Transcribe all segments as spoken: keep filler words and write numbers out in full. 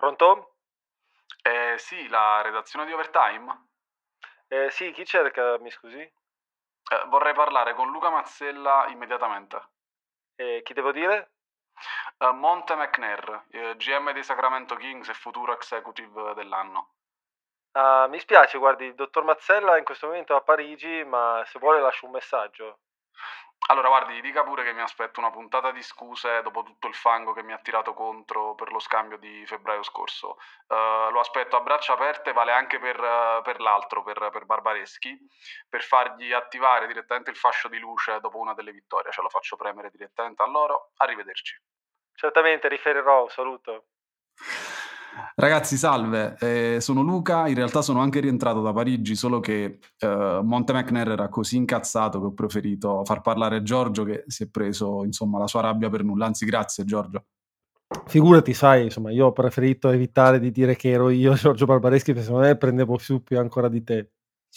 Pronto? Eh, sì, la redazione di Overtime. Eh, sì, chi cerca, mi scusi? Eh, vorrei parlare con Luca Mazzella immediatamente. Eh, chi devo dire? Eh, Monte McNair, eh, G M dei Sacramento Kings e futuro executive dell'anno. Ah, mi spiace, guardi, il dottor Mazzella in questo momento è a Parigi, ma se vuole lascio un messaggio. Allora, guardi, dica pure che mi aspetto una puntata di scuse dopo tutto il fango che mi ha tirato contro per lo scambio di febbraio scorso. Eh, lo aspetto a braccia aperte, vale anche per, eh, per l'altro, per, per Barbareschi, per fargli attivare direttamente il fascio di luce dopo una delle vittorie. Ce lo faccio premere direttamente a loro. Arrivederci. Certamente riferirò, un saluto. Ragazzi, salve, eh, sono Luca, in realtà sono anche rientrato da Parigi, solo che eh, Monte McNair era così incazzato che ho preferito far parlare Giorgio, che si è preso, insomma, la sua rabbia per nulla. Anzi, grazie Giorgio. Figurati, sai, insomma, io ho preferito evitare di dire che ero io Giorgio Barbareschi, perché secondo me prendevo su più ancora di te.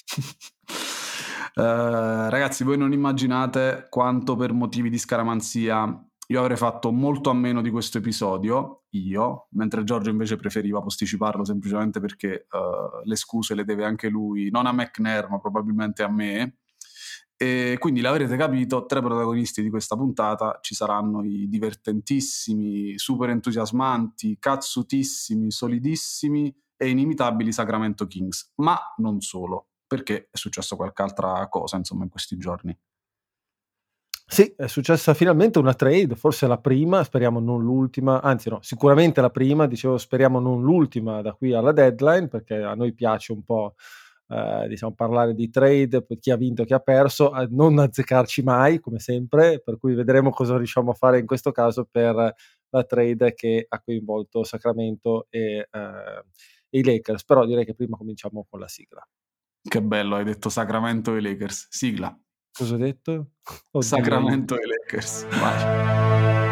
Uh, ragazzi, voi non immaginate quanto per motivi di scaramanzia io avrei fatto molto a meno di questo episodio, io, mentre Giorgio invece preferiva posticiparlo semplicemente perché uh, le scuse le deve anche lui, non a McNair ma probabilmente a me. E quindi l'avrete capito, tre protagonisti di questa puntata ci saranno i divertentissimi, super entusiasmanti, cazzutissimi, solidissimi e inimitabili Sacramento Kings, ma non solo, perché è successo qualche altra cosa, insomma, in questi giorni. Sì, è successa finalmente una trade, forse la prima, speriamo non l'ultima, anzi no, sicuramente la prima, dicevo speriamo non l'ultima da qui alla deadline, perché a noi piace un po' eh, diciamo parlare di trade, chi ha vinto, chi ha perso, a non azzeccarci mai, come sempre, per cui vedremo cosa riusciamo a fare in questo caso per la trade che ha coinvolto Sacramento e, eh, e i Lakers, però direi che prima cominciamo con la sigla. Che bello, hai detto Sacramento e Lakers, sigla. Cosa ho detto? Oddio. Sacramento e Lakers, vai.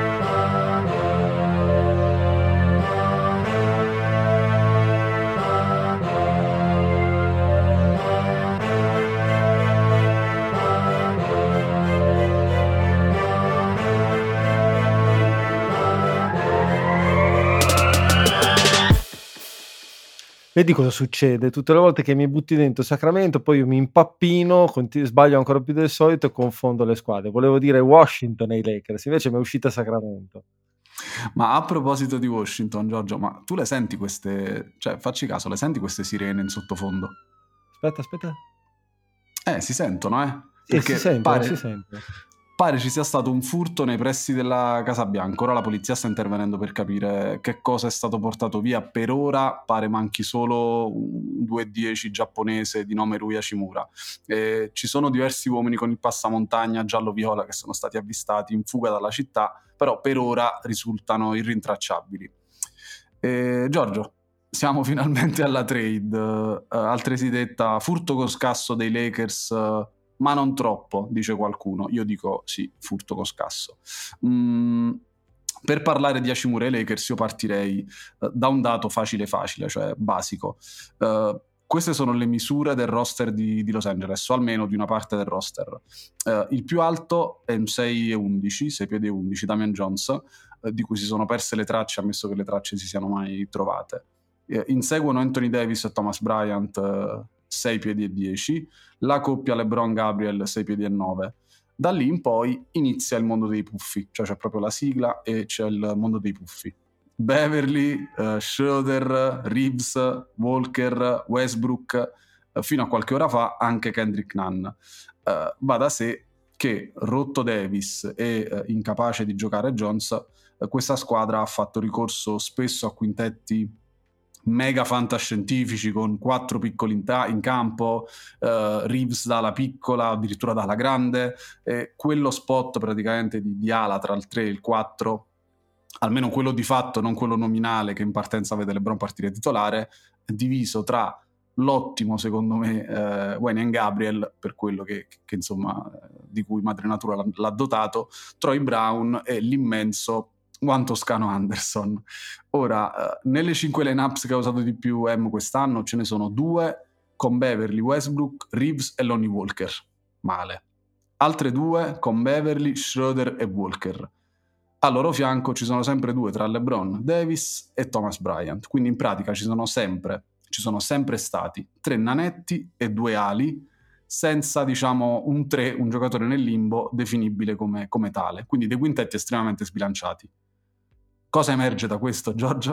Vedi cosa succede? Tutte le volte che mi butti dentro Sacramento, poi io mi impappino, continu- sbaglio ancora più del solito e confondo le squadre. Volevo dire Washington e i Lakers, invece mi è uscita Sacramento. Ma a proposito di Washington, Giorgio, ma tu le senti queste... cioè, facci caso, le senti queste sirene in sottofondo? Aspetta, aspetta. Eh, si sentono, eh? Sì, Perché si sentono, pare... si sentono. Pare ci sia stato un furto nei pressi della Casa Bianca. Ora la polizia sta intervenendo per capire che cosa è stato portato via. Per ora pare manchi solo un due dieci giapponese di nome Rui Hashimura. E ci sono diversi uomini con il passamontagna giallo-viola che sono stati avvistati in fuga dalla città, però per ora risultano irrintracciabili. E, Giorgio, siamo finalmente alla trade, uh, altresì detta furto con scasso dei Lakers... Uh, ma non troppo, dice qualcuno. Io dico sì, furto con scasso. Mm, per parlare di Hashimura e Lakers io partirei uh, da un dato facile facile, cioè basico. Uh, queste sono le misure del roster di, di Los Angeles, o almeno di una parte del roster. Uh, il più alto è un sei e undici, sei piedi e undici, Damian Jones, uh, di cui si sono perse le tracce, ammesso che le tracce si siano mai trovate. Uh, inseguono Anthony Davis e Thomas Bryant, uh, sei piedi e dieci, la coppia LeBron-Gabriel sei piedi e nove. Da lì in poi inizia il mondo dei puffi, cioè c'è proprio la sigla e c'è il mondo dei puffi. Beverly, uh, Schroeder, Reeves, Walker, Westbrook, uh, fino a qualche ora fa anche Kendrick Nunn. Uh, va da sé che rotto Davis e uh, incapace di giocare Jones, uh, questa squadra ha fatto ricorso spesso a quintetti mega fantascientifici con quattro piccoli in, ta- in campo, uh, Reeves dalla piccola, addirittura dalla grande, e quello spot praticamente di, di ala tra il tre e il quattro, almeno quello di fatto, non quello nominale che in partenza vede LeBron partire titolare, diviso tra l'ottimo secondo me eh, Wayne Gabriel, per quello che, che insomma di cui madre natura l'ha, l'ha dotato, Troy Brown e l'immenso Juan Toscano Anderson. Ora, uh, nelle cinque lineups che ha usato di più M quest'anno ce ne sono due con Beverly, Westbrook, Reeves e Lonnie Walker. Male. Altre due con Beverly, Schroeder e Walker. Al loro fianco ci sono sempre due tra LeBron, Davis e Thomas Bryant, quindi in pratica ci sono sempre, ci sono sempre stati tre nanetti e due ali, senza diciamo un tre, un giocatore nel limbo definibile come, come tale, quindi dei quintetti estremamente sbilanciati. Cosa emerge da questo, Giorgio?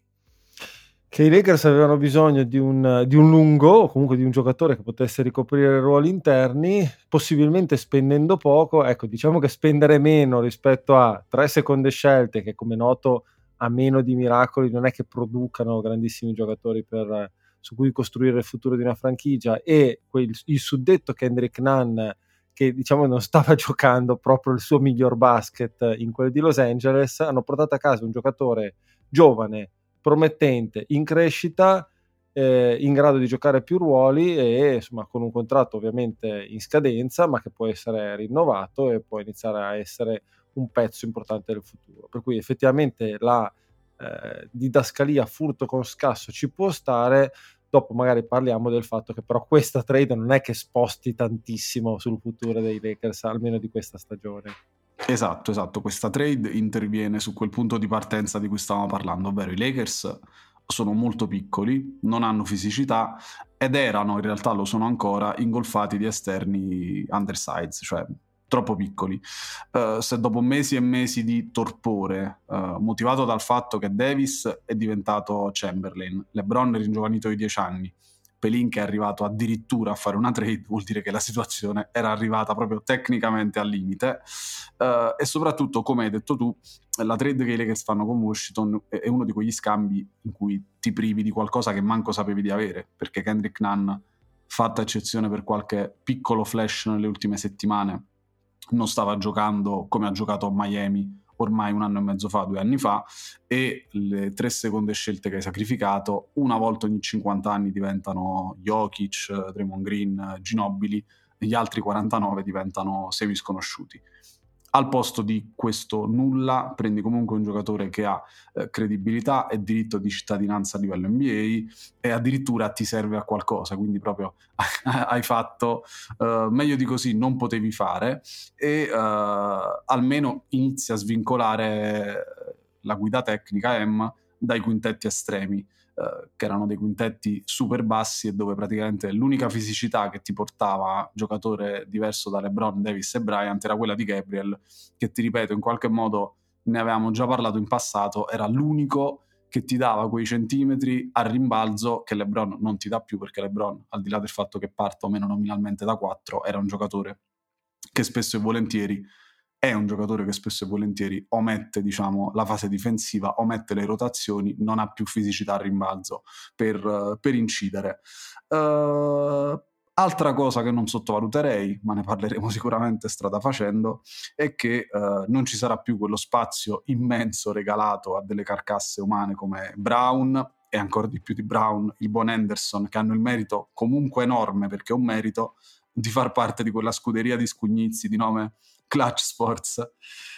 Che i Lakers avevano bisogno di un, di un lungo, o comunque di un giocatore che potesse ricoprire ruoli interni, possibilmente spendendo poco. Ecco, diciamo che spendere meno rispetto a tre seconde scelte, che come noto a meno di miracoli non è che producano grandissimi giocatori per, su cui costruire il futuro di una franchigia, e quel, il suddetto Kendrick Nunn, che diciamo non stava giocando proprio il suo miglior basket in quello di Los Angeles, hanno portato a casa un giocatore giovane, promettente, in crescita, eh, in grado di giocare più ruoli e insomma con un contratto ovviamente in scadenza, ma che può essere rinnovato e può iniziare a essere un pezzo importante del futuro. Per cui effettivamente la eh, didascalia furto con scasso ci può stare. Dopo magari parliamo del fatto che però questa trade non è che sposti tantissimo sul futuro dei Lakers, almeno di questa stagione. Esatto, esatto, questa trade interviene su quel punto di partenza di cui stavamo parlando, ovvero i Lakers sono molto piccoli, non hanno fisicità ed erano, in realtà lo sono ancora, ingolfati di esterni undersized, cioè troppo piccoli. Uh, se dopo mesi e mesi di torpore, uh, motivato dal fatto che Davis è diventato Chamberlain, LeBron è ringiovanito di dieci anni, Pelinka è arrivato addirittura a fare una trade, vuol dire che la situazione era arrivata proprio tecnicamente al limite, uh, e soprattutto, come hai detto tu, la trade che i Lakers fanno con Washington è uno di quegli scambi in cui ti privi di qualcosa che manco sapevi di avere, perché Kendrick Nunn, fatta eccezione per qualche piccolo flash nelle ultime settimane, non stava giocando come ha giocato a Miami ormai un anno e mezzo fa, due anni fa, e le tre seconde scelte che hai sacrificato una volta ogni cinquanta anni diventano Jokic, Draymond Green, Ginobili, e gli altri quarantanove diventano semi sconosciuti. Al posto di questo nulla prendi comunque un giocatore che ha eh, credibilità e diritto di cittadinanza a livello N B A e addirittura ti serve a qualcosa, quindi proprio hai fatto uh, meglio di così non potevi fare, e uh, almeno inizi a svincolare la guida tecnica M dai quintetti estremi, Uh, che erano dei quintetti super bassi e dove praticamente l'unica fisicità che ti portava giocatore diverso da LeBron, Davis e Bryant era quella di Gabriel, che ti ripeto, in qualche modo ne avevamo già parlato in passato, era l'unico che ti dava quei centimetri a rimbalzo che LeBron non ti dà più, perché LeBron, al di là del fatto che parta o meno nominalmente da quattro, era un giocatore che spesso e volentieri è un giocatore che spesso e volentieri omette, diciamo, la fase difensiva, omette le rotazioni, non ha più fisicità a rimbalzo per, per incidere. Uh, altra cosa che non sottovaluterei, ma ne parleremo sicuramente strada facendo, è che uh, non ci sarà più quello spazio immenso regalato a delle carcasse umane come Brown, e ancora di più di Brown, il buon Henderson, che hanno il merito comunque enorme, perché è un merito, di far parte di quella scuderia di scugnizi di nome Clutch Sports.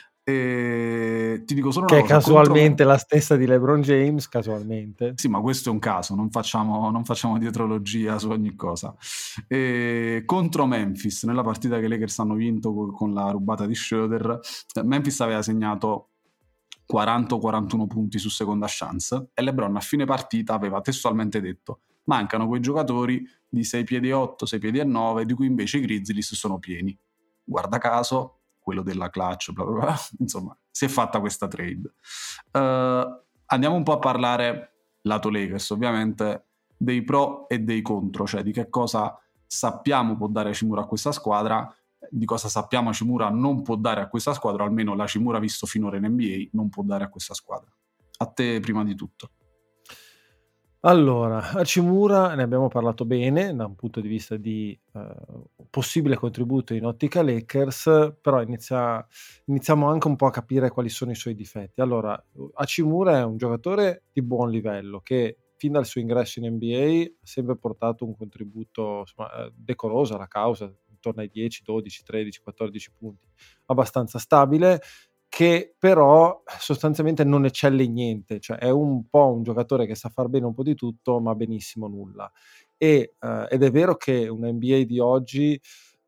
E ti dico solo una che cosa, è casualmente contro... la stessa di LeBron James, casualmente. Sì, ma questo è un caso, non facciamo, non facciamo dietrologia su ogni cosa. E contro Memphis, nella partita che i Lakers hanno vinto con la rubata di Schroeder, Memphis aveva segnato quaranta o quarantuno punti su seconda chance e LeBron a fine partita aveva testualmente detto: mancano quei giocatori di sei piedi e otto, sei piedi e nove, di cui invece i Grizzlies sono pieni. Guarda caso, quello della clutch, bla bla bla. Insomma, si è fatta questa trade. Uh, andiamo un po' a parlare, lato Lakers ovviamente, dei pro e dei contro, cioè di che cosa sappiamo può dare Hachimura a questa squadra, di cosa sappiamo Hachimura non può dare a questa squadra, almeno la Hachimura visto finora in N B A non può dare a questa squadra. A te prima di tutto. Allora, Hachimura ne abbiamo parlato bene da un punto di vista di eh, possibile contributo in ottica Lakers, però inizia, iniziamo anche un po' a capire quali sono i suoi difetti. Allora, Hachimura è un giocatore di buon livello che fin dal suo ingresso in N B A ha sempre portato un contributo insomma, decoroso alla causa, intorno ai dieci, dodici, tredici, quattordici punti, abbastanza stabile, che però sostanzialmente non eccelle in niente, cioè è un po' un giocatore che sa far bene un po' di tutto ma benissimo nulla. E, eh, ed è vero che una N B A di oggi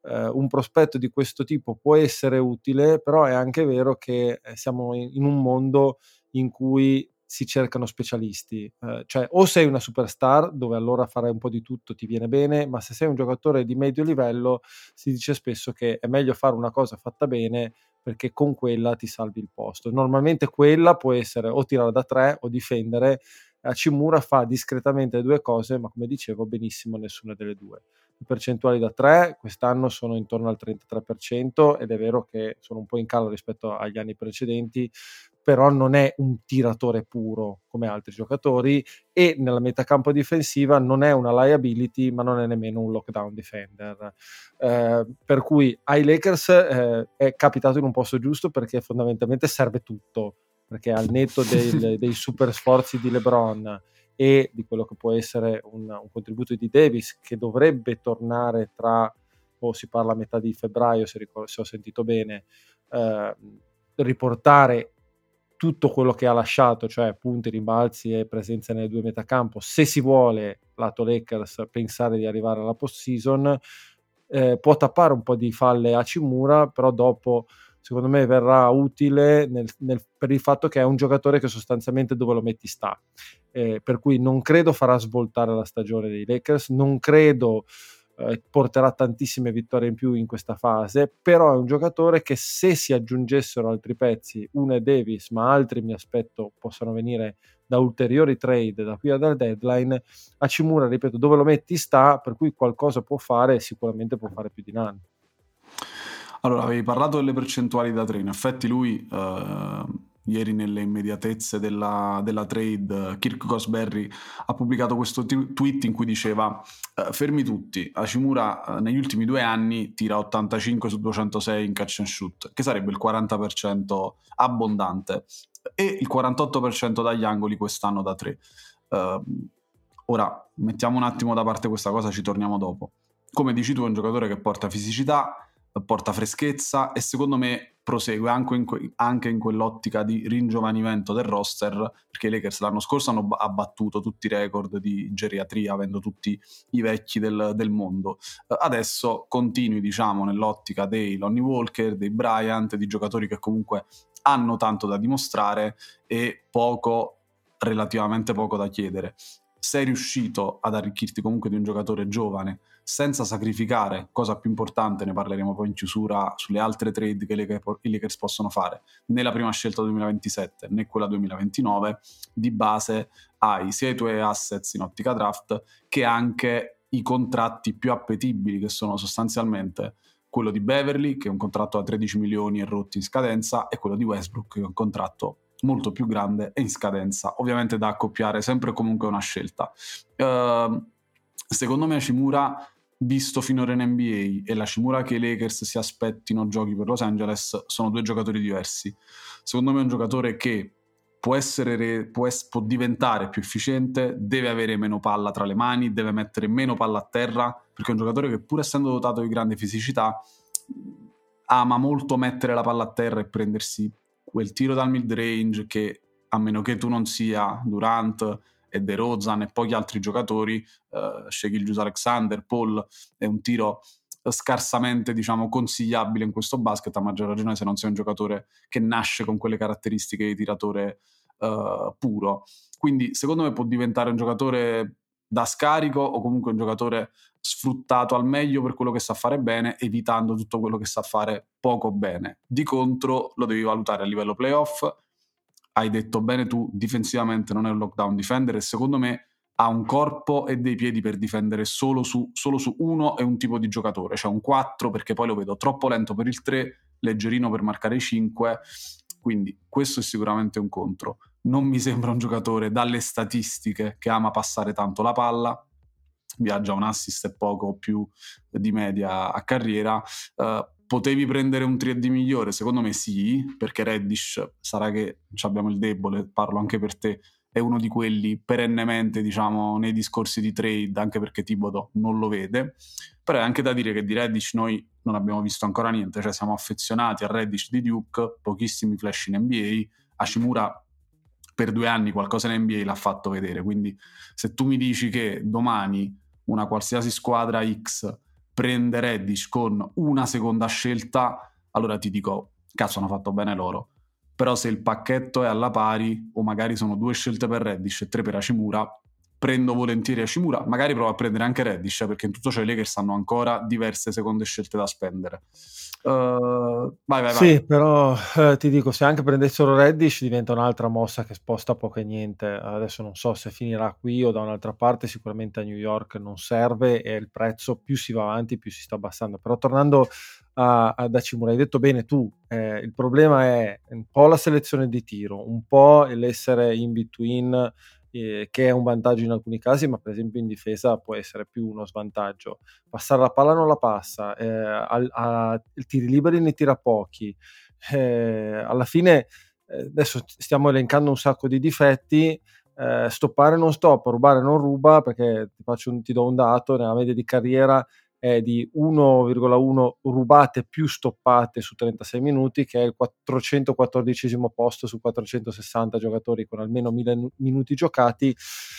eh, un prospetto di questo tipo può essere utile, però è anche vero che eh, siamo in, in un mondo in cui si cercano specialisti, eh, cioè o sei una superstar dove allora farai un po' di tutto, ti viene bene, ma se sei un giocatore di medio livello si dice spesso che è meglio fare una cosa fatta bene perché con quella ti salvi il posto. Normalmente quella può essere o tirare da tre o difendere. Hachimura fa discretamente le due cose, ma come dicevo benissimo nessuna delle due. Le percentuali da tre quest'anno sono intorno al trentatré per cento ed è vero che sono un po' in calo rispetto agli anni precedenti, però non è un tiratore puro come altri giocatori e nella metacampo difensiva non è una liability ma non è nemmeno un lockdown defender, eh, per cui ai Lakers eh, è capitato in un posto giusto perché fondamentalmente serve tutto, perché al netto del, dei super sforzi di LeBron e di quello che può essere un, un contributo di Davis che dovrebbe tornare tra, o si parla a metà di febbraio se, ricordo, se ho sentito bene, eh, riportare tutto quello che ha lasciato, cioè punti, rimbalzi e presenza nelle due metacampo, se si vuole lato Lakers pensare di arrivare alla post season, eh, può tappare un po' di falle a Hachimura, però dopo secondo me verrà utile nel, nel, per il fatto che è un giocatore che sostanzialmente dove lo metti sta, eh, per cui non credo farà svoltare la stagione dei Lakers, non credo eh, porterà tantissime vittorie in più in questa fase, però è un giocatore che se si aggiungessero altri pezzi, uno è Davis ma altri mi aspetto possano venire da ulteriori trade da qui alla deadline, Hachimura ripeto dove lo metti sta, per cui qualcosa può fare e sicuramente può fare più di Nunn. Allora, avevi parlato delle percentuali da tre, in effetti lui eh, ieri nelle immediatezze della, della trade, Kirk Cosberry ha pubblicato questo t- tweet in cui diceva eh, fermi tutti, Hachimura eh, negli ultimi due anni tira ottantacinque su duecentosei in catch and shoot, che sarebbe il quaranta per cento abbondante, e il quarantotto per cento dagli angoli quest'anno da tre. Uh, ora, mettiamo un attimo da parte questa cosa, ci torniamo dopo. Come dici tu, è un giocatore che porta fisicità, porta freschezza e secondo me prosegue anche in, que- anche in quell'ottica di ringiovanimento del roster, perché i Lakers l'anno scorso hanno b- abbattuto tutti i record di geriatria avendo tutti i vecchi del, del mondo. Uh, adesso continui diciamo nell'ottica dei Lonnie Walker, dei Bryant, di giocatori che comunque hanno tanto da dimostrare e poco, relativamente poco da chiedere. Sei riuscito ad arricchirti comunque di un giocatore giovane senza sacrificare, cosa più importante, ne parleremo poi in chiusura, sulle altre trade che i Lakers possono fare, né la prima scelta duemilaventisette né quella duemilaventinove, di base hai sia i tuoi assets in ottica draft che anche i contratti più appetibili, che sono sostanzialmente quello di Beverly, che è un contratto da tredici milioni e rotti in scadenza, e quello di Westbrook, che è un contratto molto più grande e in scadenza, ovviamente da accoppiare sempre comunque una scelta. Uh, secondo me Hachimura, visto finora in N B A, e la Hachimura che i Lakers si aspettino giochi per Los Angeles, sono due giocatori diversi. Secondo me è un giocatore che può essere può, es- può diventare più efficiente, deve avere meno palla tra le mani, deve mettere meno palla a terra, perché è un giocatore che pur essendo dotato di grande fisicità ama molto mettere la palla a terra e prendersi quel tiro dal mid range che, a meno che tu non sia Durant e DeRozan e pochi altri giocatori, uh, Shai Gilgeous-Alexander, Paul, è un tiro scarsamente diciamo consigliabile in questo basket, a maggior ragione se non sei un giocatore che nasce con quelle caratteristiche di tiratore uh, puro. Quindi secondo me può diventare un giocatore da scarico o comunque un giocatore sfruttato al meglio per quello che sa fare bene, evitando tutto quello che sa fare poco bene. Di contro lo devi valutare a livello playoff. Hai detto bene tu, difensivamente non è un lockdown defender e secondo me ha un corpo e dei piedi per difendere solo su, solo su uno e un tipo di giocatore, cioè un quattro, perché poi lo vedo troppo lento per il tre, leggerino per marcare i cinque, quindi questo è sicuramente un contro. Non mi sembra un giocatore dalle statistiche che ama passare tanto la palla, viaggia un assist e poco più di media a carriera. Uh, potevi prendere un tre D migliore? Secondo me sì, perché Reddish, sarà che abbiamo il debole, parlo anche per te, è uno di quelli perennemente diciamo nei discorsi di trade, anche perché Thibodeau non lo vede. Però è anche da dire che di Reddish noi non abbiamo visto ancora niente, cioè siamo affezionati a Reddish di Duke, pochissimi flash in N B A. Hachimura per due anni qualcosa in N B A l'ha fatto vedere, quindi se tu mi dici che domani una qualsiasi squadra X prende Reddish con una seconda scelta, allora ti dico, cazzo, hanno fatto bene loro. Però se il pacchetto è alla pari, o magari sono due scelte per Reddish e tre per Hachimura, prendo volentieri Hachimura, magari provo a prendere anche Reddish, perché in tutto ciò i Lakers hanno ancora diverse seconde scelte da spendere. Uh, vai, vai, sì, vai. però eh, ti dico, se anche prendessero Reddish diventa un'altra mossa che sposta poco e niente. Adesso non so se finirà qui o da un'altra parte, sicuramente a New York non serve e il prezzo più si va avanti più si sta abbassando. Però tornando a, ad Hachimura, hai detto bene tu, eh, il problema è un po' la selezione di tiro, un po' l'essere in between, eh, che è un vantaggio in alcuni casi, ma per esempio in difesa può essere più uno svantaggio. Passare la palla non la passa, eh, a, a, il tiri liberi ne tira pochi, eh, alla fine eh, adesso stiamo elencando un sacco di difetti, eh, stoppare non stoppa, rubare non ruba, perché ti, faccio un, ti do un dato, nella media di carriera è di uno virgola uno rubate più stoppate su trentasei minuti, che è il quattrocentoquattordicesimo posto su quattrocentosessanta giocatori con almeno mille minuti giocati,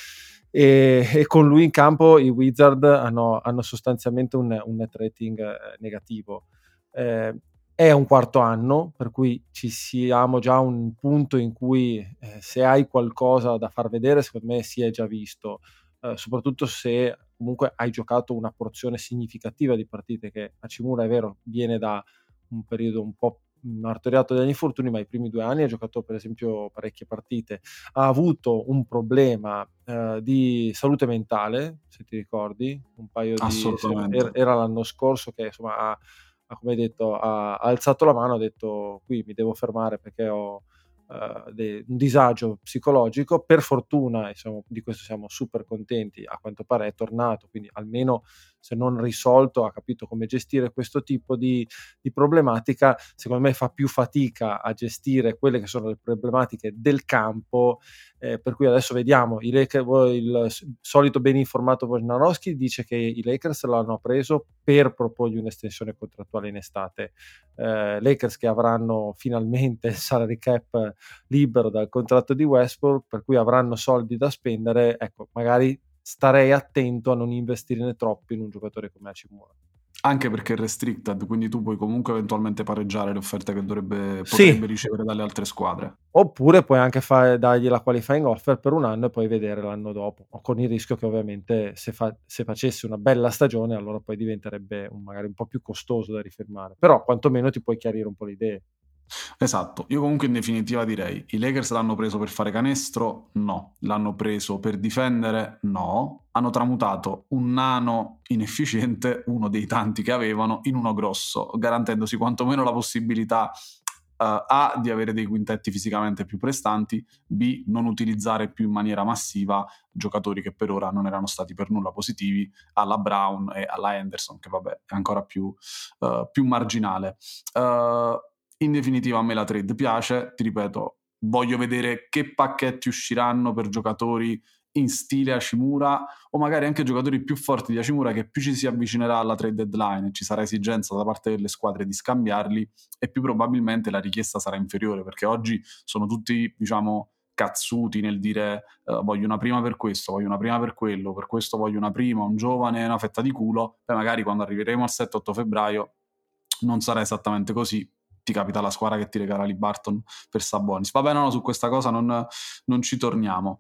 e, e con lui in campo i Wizard hanno, hanno sostanzialmente un, un net rating eh, negativo. Eh, è un quarto anno, per cui ci siamo già a un punto in cui eh, se hai qualcosa da far vedere, secondo me si è già visto, eh, soprattutto se comunque hai giocato una porzione significativa di partite, che Hachimura è vero viene da un periodo un po' martoriato dagli infortuni, ma i primi due anni ha giocato per esempio parecchie partite, ha avuto un problema eh, di salute mentale, se ti ricordi, un paio di era, era l'anno scorso che insomma ha, ha come detto ha, ha alzato la mano, ha detto qui mi devo fermare perché ho Uh, de, un disagio psicologico. Per fortuna insomma, di questo siamo super contenti, a quanto pare è tornato, quindi almeno se non risolto ha capito come gestire questo tipo di, di problematica. Secondo me fa più fatica a gestire quelle che sono le problematiche del campo, eh, per cui adesso vediamo i Lakers, il solito ben informato Wojnarowski dice che i Lakers l'hanno preso per proporgli un'estensione contrattuale in estate, eh, Lakers che avranno finalmente il salary cap libero dal contratto di Westbrook, per cui avranno soldi da spendere. Ecco, magari starei attento a non investire troppo in un giocatore come Hachimura. Anche perché è restricted, quindi tu puoi comunque eventualmente pareggiare le offerte che dovrebbe, potrebbe sì. ricevere dalle altre squadre. Oppure puoi anche fare, dargli la qualifying offer per un anno e poi vedere l'anno dopo, con il rischio che ovviamente se, fa, se facesse una bella stagione allora poi diventerebbe un, magari un po' più costoso da rifermare, però quantomeno ti puoi chiarire un po' le idee. Esatto, io comunque in definitiva direi i Lakers l'hanno preso per fare canestro? No. L'hanno preso per difendere? No. Hanno tramutato un nano inefficiente, uno dei tanti che avevano, in uno grosso, garantendosi quantomeno la possibilità uh, A, di avere dei quintetti fisicamente più prestanti, B, non utilizzare più in maniera massiva giocatori che per ora non erano stati per nulla positivi, alla Brown e alla Henderson, che vabbè è ancora più, uh, più marginale. Uh, In definitiva a me la trade piace, ti ripeto, voglio vedere che pacchetti usciranno per giocatori in stile Hachimura o magari anche giocatori più forti di Hachimura, che più ci si avvicinerà alla trade deadline e ci sarà esigenza da parte delle squadre di scambiarli, e più probabilmente la richiesta sarà inferiore, perché oggi sono tutti, diciamo, cazzuti nel dire uh, voglio una prima per questo, voglio una prima per quello, per questo voglio una prima, un giovane, una fetta di culo. E magari quando arriveremo al sette otto febbraio non sarà esattamente così, ti capita la squadra che ti regala Haliburton per Sabonis. Vabbè, no, no, su questa cosa non, non ci torniamo.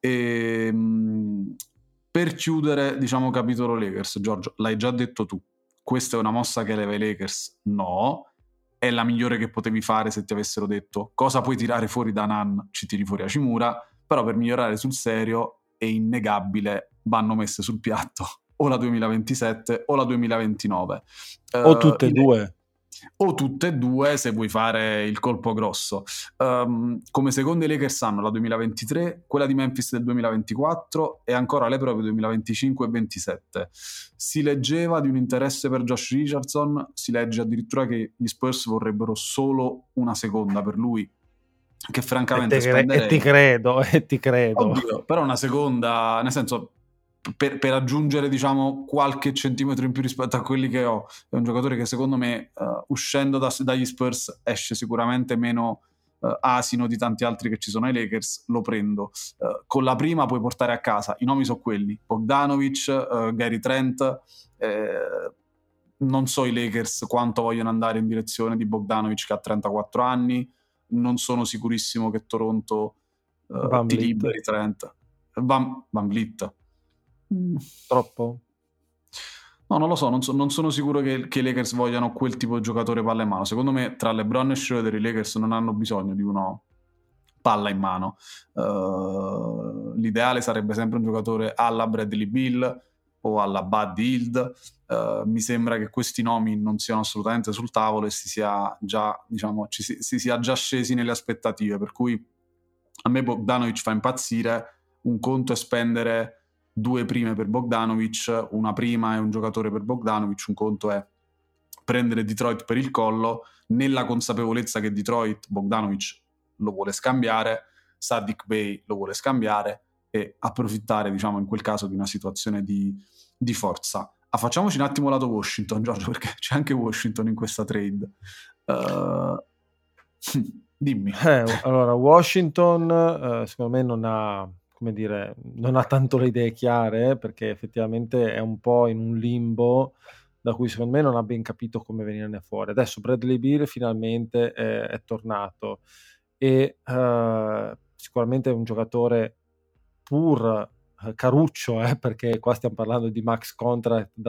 E, mh, per chiudere, diciamo, capitolo Lakers, Giorgio, l'hai già detto tu, questa è una mossa che leva i Lakers? No. È la migliore che potevi fare se ti avessero detto cosa puoi tirare fuori da Nan, ci tiri fuori Hachimura, però per migliorare sul serio è innegabile, vanno messe sul piatto o la duemilaventisette o la duemilaventinove. O uh, tutte e due. O tutte e due se vuoi fare il colpo grosso. Um, come seconde Lakers hanno la duemilaventitré, quella di Memphis del duemilaventiquattro e ancora le proprie duemilaventicinque e ventisette. Si leggeva di un interesse per Josh Richardson, si legge addirittura che gli Spurs vorrebbero solo una seconda per lui, che francamente e te, e ti credo, e ti credo. Oddio, però una seconda, nel senso, Per, per aggiungere, diciamo, qualche centimetro in più rispetto a quelli che ho, è un giocatore che secondo me uh, uscendo da, dagli Spurs esce sicuramente meno uh, asino di tanti altri che ci sono ai Lakers. Lo prendo. Uh, con la prima puoi portare a casa, i nomi sono quelli: Bogdanovic, uh, Gary Trent, eh, non so i Lakers quanto vogliono andare in direzione di Bogdanovic che ha trentaquattro anni, non sono sicurissimo che Toronto uh, ti liberi Trent. Van, Van Vliet. Mm. Troppo? No, non lo so, non, so, non sono sicuro che, che i Lakers vogliano quel tipo di giocatore palla in mano. Secondo me tra LeBron e Schroeder i Lakers non hanno bisogno di uno palla in mano. Uh, l'ideale sarebbe sempre un giocatore alla Bradley Beal o alla Buddy Hield. Uh, mi sembra che questi nomi non siano assolutamente sul tavolo e si sia già, diciamo, ci si, si sia già scesi nelle aspettative, per cui a me Bogdanovic fa impazzire. Un conto è spendere due prime per Bogdanovic, una prima è un giocatore per Bogdanovic, un conto è prendere Detroit per il collo, nella consapevolezza che Detroit Bogdanovic lo vuole scambiare, Saddiq Bey lo vuole scambiare e approfittare, diciamo, in quel caso di una situazione di, di forza. Ah, facciamoci un attimo lato Washington, Giorgio, perché c'è anche Washington in questa trade. Uh, dimmi. Eh, allora, Washington uh, secondo me non ha, come dire, non ha tanto le idee chiare, eh, perché effettivamente è un po' in un limbo da cui secondo me non ha ben capito come venirne fuori. Adesso Bradley Beal finalmente è, è tornato e uh, sicuramente è un giocatore pur uh, caruccio, eh, perché qua stiamo parlando di max contract da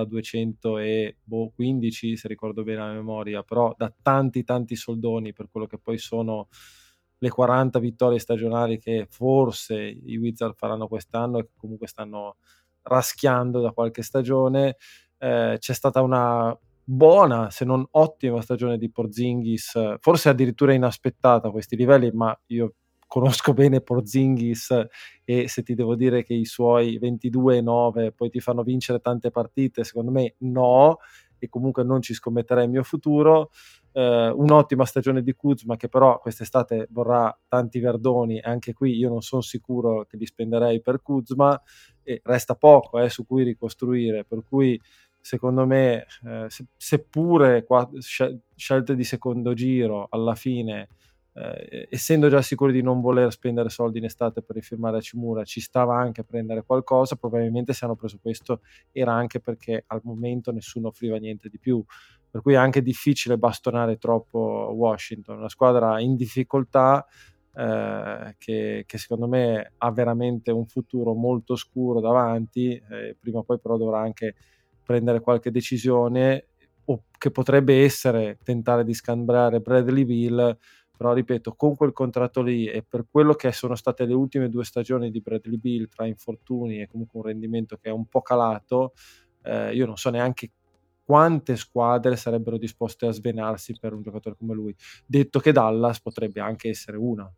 duecentoquindici, se ricordo bene la memoria, però da tanti tanti soldoni per quello che poi sono le quaranta vittorie stagionali che forse i Wizards faranno quest'anno e che comunque stanno raschiando da qualche stagione. Eh, c'è stata una buona, se non ottima stagione di Porzingis, forse addirittura inaspettata a questi livelli, ma io conosco bene Porzingis e se ti devo dire che i suoi ventidue e nove poi ti fanno vincere tante partite, secondo me no, e comunque non ci scommetterei il mio futuro. Uh, un'ottima stagione di Kuzma che però quest'estate vorrà tanti verdoni, anche qui io non sono sicuro che li spenderei per Kuzma e resta poco eh, su cui ricostruire, per cui secondo me eh, se, seppure qua, scel- scelte di secondo giro alla fine, eh, essendo già sicuri di non voler spendere soldi in estate per rifirmare Hachimura, ci stava anche a prendere qualcosa, probabilmente se hanno preso questo era anche perché al momento nessuno offriva niente di più, per cui è anche difficile bastonare troppo Washington, una squadra in difficoltà eh, che, che secondo me ha veramente un futuro molto scuro davanti, eh, prima o poi però dovrà anche prendere qualche decisione, o che potrebbe essere tentare di scambiare Bradley Beal, però ripeto, con quel contratto lì e per quello che sono state le ultime due stagioni di Bradley Beal tra infortuni e comunque un rendimento che è un po' calato, eh, io non so neanche quante squadre sarebbero disposte a svenarsi per un giocatore come lui, detto che Dallas potrebbe anche essere una.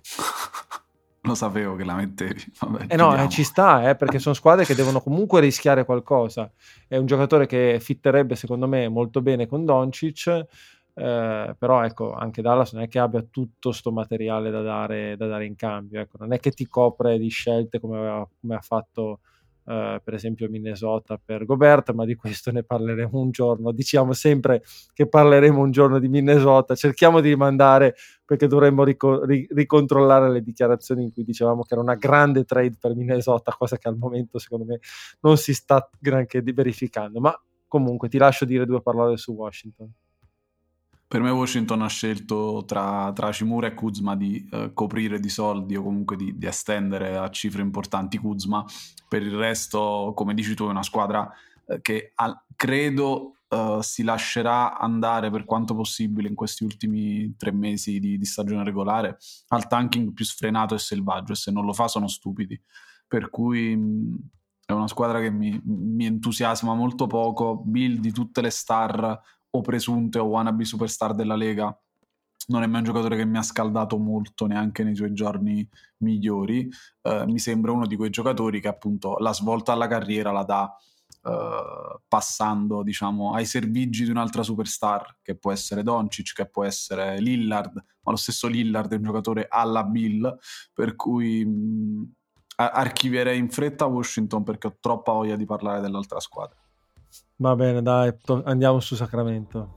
Lo sapevo che la mettevi. Vabbè, eh no, eh, ci sta, eh, perché sono squadre che devono comunque rischiare qualcosa. È un giocatore che fitterebbe secondo me molto bene con Doncic, eh, però ecco, anche Dallas non è che abbia tutto sto materiale da dare, da dare in cambio, ecco. Non è che ti copre di scelte come, aveva, come ha fatto Uh, per esempio Minnesota per Gobert, ma di questo ne parleremo un giorno. Diciamo sempre che parleremo un giorno di Minnesota, cerchiamo di rimandare perché dovremmo rico- ri- ricontrollare le dichiarazioni in cui dicevamo che era una grande trade per Minnesota, cosa che al momento secondo me non si sta granché verificando, ma comunque ti lascio dire due parole su Washington. Per me Washington ha scelto tra, tra Hachimura e Kuzma di eh, coprire di soldi o comunque di, di estendere a cifre importanti Kuzma. Per il resto, come dici tu, è una squadra eh, che ha, credo eh, si lascerà andare per quanto possibile in questi ultimi tre mesi di, di stagione regolare al tanking più sfrenato e selvaggio, e se non lo fa sono stupidi. Per cui mh, è una squadra che mi, mi entusiasma molto poco. Bill, di tutte le star o presunte o wannabe superstar della Lega, non è mai un giocatore che mi ha scaldato molto neanche nei suoi giorni migliori. Uh, mi sembra uno di quei giocatori che appunto la svolta alla carriera la dà uh, passando, diciamo, ai servigi di un'altra superstar, che può essere Doncic, che può essere Lillard, ma lo stesso Lillard è un giocatore alla Bill, per cui mh, archivierei in fretta Washington perché ho troppa voglia di parlare dell'altra squadra. Va bene, dai, to- andiamo su Sacramento.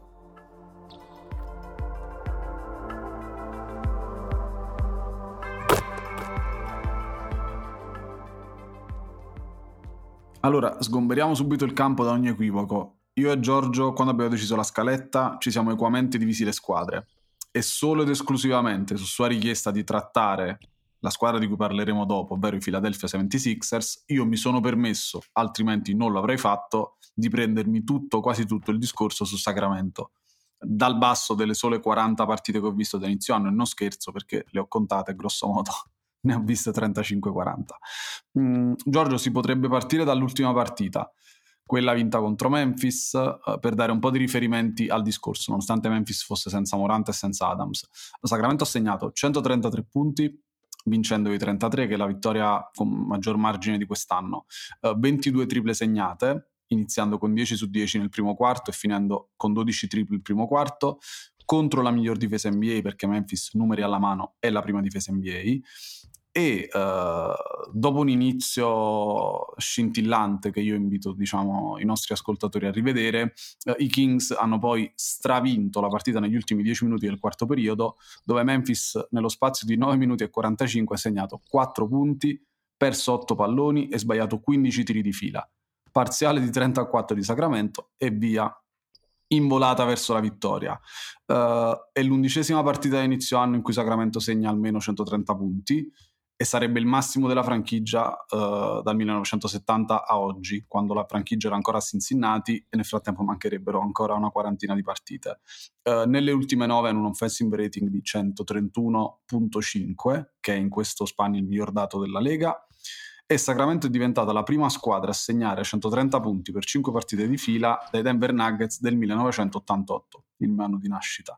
Allora, sgomberiamo subito il campo da ogni equivoco. io e Giorgio, quando abbiamo deciso la scaletta, ci siamo equamente divisi le squadre e solo ed esclusivamente su sua richiesta di trattare la squadra di cui parleremo dopo, ovvero i Philadelphia seventy-sixers, io mi sono permesso, altrimenti non l'avrei fatto, di prendermi tutto, quasi tutto il discorso su Sacramento, dal basso delle sole quaranta partite che ho visto da inizio anno, e non scherzo perché le ho contate grosso modo, ne ho viste trentacinque quaranta. Mm, Giorgio, si potrebbe partire dall'ultima partita, quella vinta contro Memphis, eh, per dare un po' di riferimenti al discorso, nonostante Memphis fosse senza Morant e senza Adams. Sacramento ha segnato centotrentatré punti, vincendo i trentatré, che è la vittoria con maggior margine di quest'anno. Uh, ventidue triple segnate, iniziando con dieci su dieci nel primo quarto e finendo con dodici triple il primo quarto, contro la miglior difesa N B A, perché Memphis, numeri alla mano, è la prima difesa N B A. E uh, dopo un inizio scintillante che io invito, diciamo, i nostri ascoltatori a rivedere, uh, i Kings hanno poi stravinto la partita negli ultimi dieci minuti del quarto periodo, dove Memphis nello spazio di nove minuti e quarantacinque ha segnato quattro punti, perso otto palloni e sbagliato quindici tiri di fila, parziale di trenta a quattro di Sacramento e via, in volata verso la vittoria. Uh, è l'undicesima partita di inizio anno in cui Sacramento segna almeno centotrenta punti, e sarebbe il massimo della franchigia uh, dal millenovecentosettanta a oggi, quando la franchigia era ancora a Cincinnati e nel frattempo mancherebbero ancora una quarantina di partite. Uh, nelle ultime nove hanno un offensive rating di centotrentuno virgola cinque, che è in questo span il miglior dato della Lega, e Sacramento è diventata la prima squadra a segnare centotrenta punti per cinque partite di fila dai Denver Nuggets del millenovecentottantotto, il mio anno di nascita.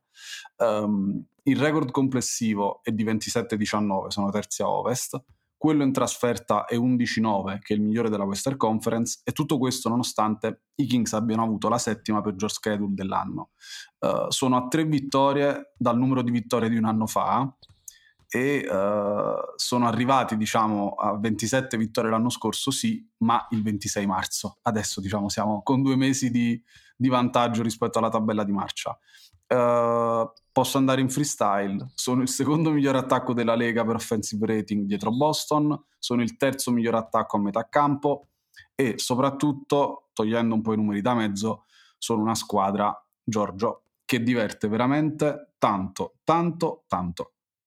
Um, il record complessivo è di ventisette diciannove, sono terzi a Ovest, quello in trasferta è undici nove, che è il migliore della Western Conference, e tutto questo nonostante i Kings abbiano avuto la settima peggior schedule dell'anno. Uh, sono a tre vittorie dal numero di vittorie di un anno fa, e uh, sono arrivati, diciamo, a ventisette vittorie l'anno scorso, sì, ma il ventisei marzo. Adesso, diciamo, siamo con due mesi di, di vantaggio rispetto alla tabella di marcia. Uh, posso andare in freestyle. Sono il secondo miglior attacco della Lega per offensive rating dietro Boston, sono il terzo miglior attacco a metà campo e soprattutto, togliendo un po' i numeri da mezzo, sono una squadra, Giorgio, che diverte veramente tanto, tanto, tanto.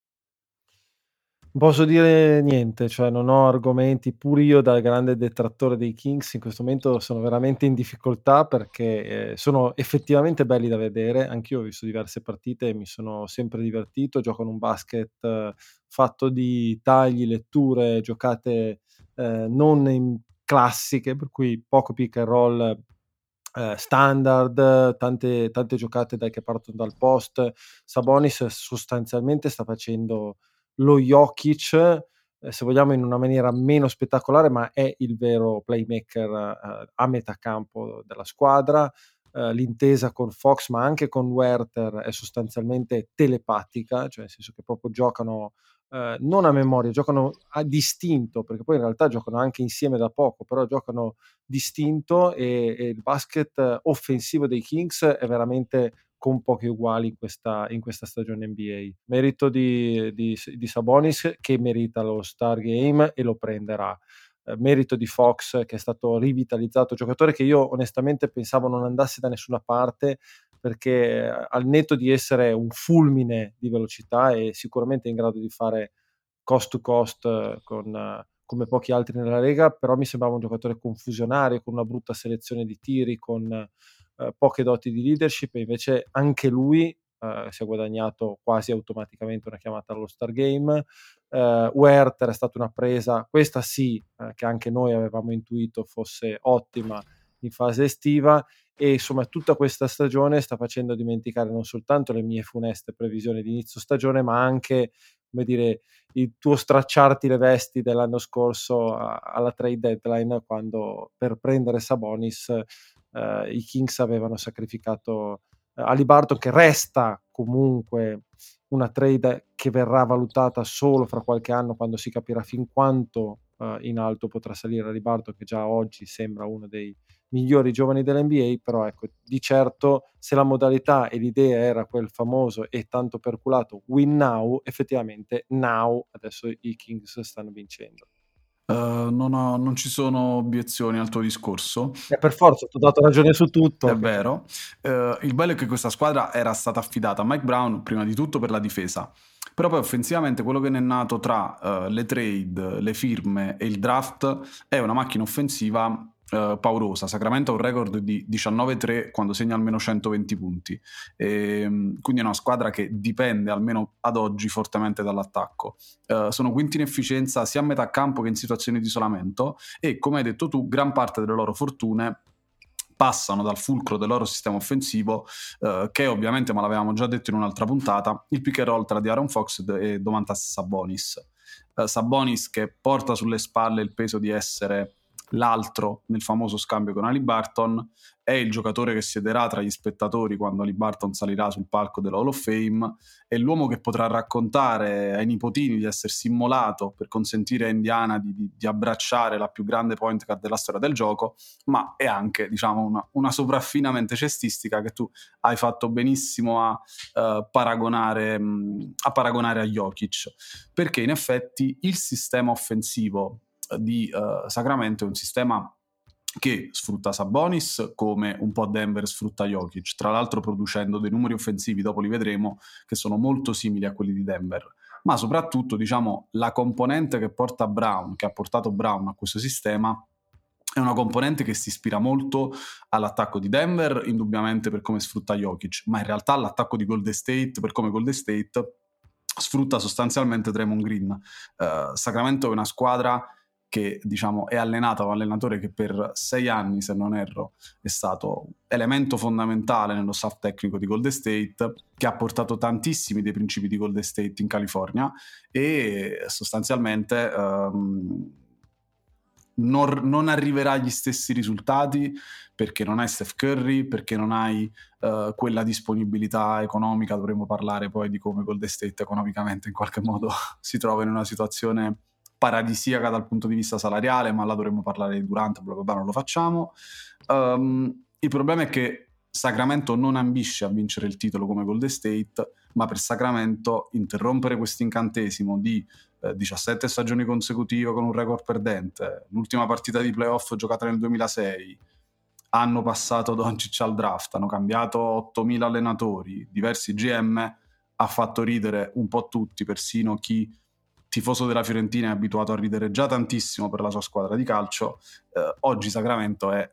Non posso dire niente, cioè non ho argomenti, pur io da grande detrattore dei Kings in questo momento sono veramente in difficoltà, perché eh, sono effettivamente belli da vedere. Anch'io ho visto diverse partite e mi sono sempre divertito, giocano un basket eh, fatto di tagli, letture, giocate eh, non in classiche, per cui poco pick and roll eh, standard, tante, tante giocate dai che partono dal post. Sabonis sostanzialmente sta facendo lo Jokic, eh, se vogliamo in una maniera meno spettacolare, ma è il vero playmaker eh, a metà campo della squadra. Eh, l'intesa con Fox, ma anche con Werther, è sostanzialmente telepatica, cioè nel senso che proprio giocano eh, non a memoria, giocano a distinto, perché poi in realtà giocano anche insieme da poco, però giocano distinto, e, e il basket offensivo dei Kings è veramente con pochi uguali in questa, in questa stagione N B A. Merito di, di, di Sabonis, che merita lo Star Game e lo prenderà. Eh, merito di Fox, che è stato rivitalizzato, giocatore che io onestamente pensavo non andasse da nessuna parte, perché al netto di essere un fulmine di velocità è sicuramente in grado di fare cost to cost con, come pochi altri nella Lega, però mi sembrava un giocatore confusionario, con una brutta selezione di tiri, con eh, poche doti di leadership, e invece anche lui eh, si è guadagnato quasi automaticamente una chiamata allo Star Game. Uh, Werther è stata una presa, questa sì, eh, che anche noi avevamo intuito fosse ottima in fase estiva, e insomma tutta questa stagione sta facendo dimenticare non soltanto le mie funeste previsioni di inizio stagione, ma anche, come dire, il tuo stracciarti le vesti dell'anno scorso a, alla trade deadline, quando per prendere Sabonis eh, i Kings avevano sacrificato eh, Haliburton, che resta comunque una trade che verrà valutata solo fra qualche anno, quando si capirà fin quanto uh, in alto potrà salire Haliburton, che già oggi sembra uno dei migliori giovani dell'N B A. Però ecco, di certo, se la modalità e l'idea era quel famoso e tanto perculato win now, effettivamente now adesso i Kings stanno vincendo. Uh, non, ho, non ci sono obiezioni al tuo discorso. E per forza, ti ho dato ragione su tutto. È vero. Uh, il bello è che questa squadra era stata affidata a Mike Brown prima di tutto per la difesa, però poi offensivamente quello che ne è nato tra uh, le trade, le firme e il draft è una macchina offensiva Uh, paurosa. Sacramento ha un record di diciannove tre quando segna almeno centoventi punti, e, quindi è una squadra che dipende almeno ad oggi fortemente dall'attacco. Uh, sono quinti in efficienza sia a metà campo che in situazioni di isolamento e, come hai detto tu, gran parte delle loro fortune passano dal fulcro del loro sistema offensivo, eh, che ovviamente, ma l'avevamo già detto in un'altra puntata, il pick and roll tra di Aaron Fox e Domantas Sabonis. Eh, Sabonis che porta sulle spalle il peso di essere l'altro nel famoso scambio con Haliburton, è il giocatore che siederà tra gli spettatori quando Haliburton salirà sul palco della Hall of Fame, è l'uomo che potrà raccontare ai nipotini di essersi immolato per consentire a Indiana di, di, di abbracciare la più grande point guard della storia del gioco, ma è anche, diciamo, una, una sopraffinamente cestistica che tu hai fatto benissimo a, uh, paragonare, mh, a paragonare a Jokic, perché in effetti il sistema offensivo di uh, Sacramento è un sistema che sfrutta Sabonis come un po' Denver sfrutta Jokic, tra l'altro producendo dei numeri offensivi, dopo li vedremo, che sono molto simili a quelli di Denver, ma soprattutto, diciamo, la componente che porta Brown, che ha portato Brown a questo sistema, è una componente che si ispira molto all'attacco di Denver, indubbiamente per come sfrutta Jokic, ma in realtà all'attacco di Golden State, per come Golden State sfrutta sostanzialmente Draymond Green. Uh, Sacramento è una squadra che, diciamo, è allenata da un allenatore che per sei anni, se non erro, è stato elemento fondamentale nello staff tecnico di Golden State, che ha portato tantissimi dei principi di Golden State in California e sostanzialmente um, non, non arriverà agli stessi risultati perché non hai Steph Curry, perché non hai uh, quella disponibilità economica. Dovremmo parlare poi di come Golden State economicamente in qualche modo si trova in una situazione paradisiaca dal punto di vista salariale, ma là dovremmo parlare di Durant, bla bla bla, non lo facciamo. Um, il problema è che Sacramento non ambisce a vincere il titolo come Golden State, ma per Sacramento interrompere questo incantesimo di eh, diciassette stagioni consecutive con un record perdente, l'ultima partita di playoff giocata nel duemilasei, hanno passato Doncic al draft, hanno cambiato ottomila allenatori, diversi G M, ha fatto ridere un po' tutti, persino chi tifoso della Fiorentina è abituato a ridere già tantissimo per la sua squadra di calcio. Eh, oggi Sacramento è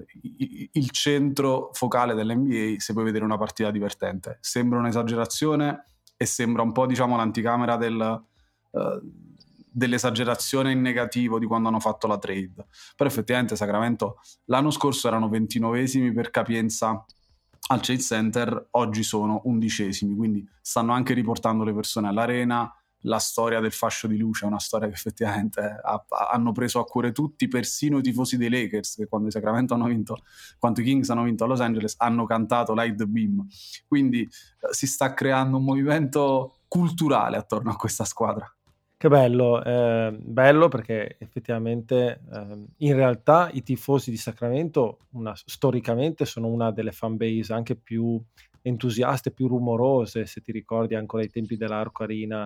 eh, il centro focale dell'N B A se vuoi vedere una partita divertente. Sembra un'esagerazione e sembra un po', diciamo, l'anticamera del, eh, dell'esagerazione in negativo di quando hanno fatto la trade, però effettivamente Sacramento l'anno scorso erano ventinovesimi per capienza al Chase Center, oggi sono undicesimi, quindi stanno anche riportando le persone all'arena. La storia del fascio di luce è una storia che effettivamente ha, hanno preso a cuore tutti, persino i tifosi dei Lakers, che quando i Sacramento hanno vinto, quando i Kings hanno vinto a Los Angeles, hanno cantato Light the Beam. Quindi eh, si sta creando un movimento culturale attorno a questa squadra. Che bello, eh, bello perché effettivamente eh, in realtà i tifosi di Sacramento una, storicamente sono una delle fan base anche più entusiaste, più rumorose, se ti ricordi ancora ai tempi dell'Arco Arena.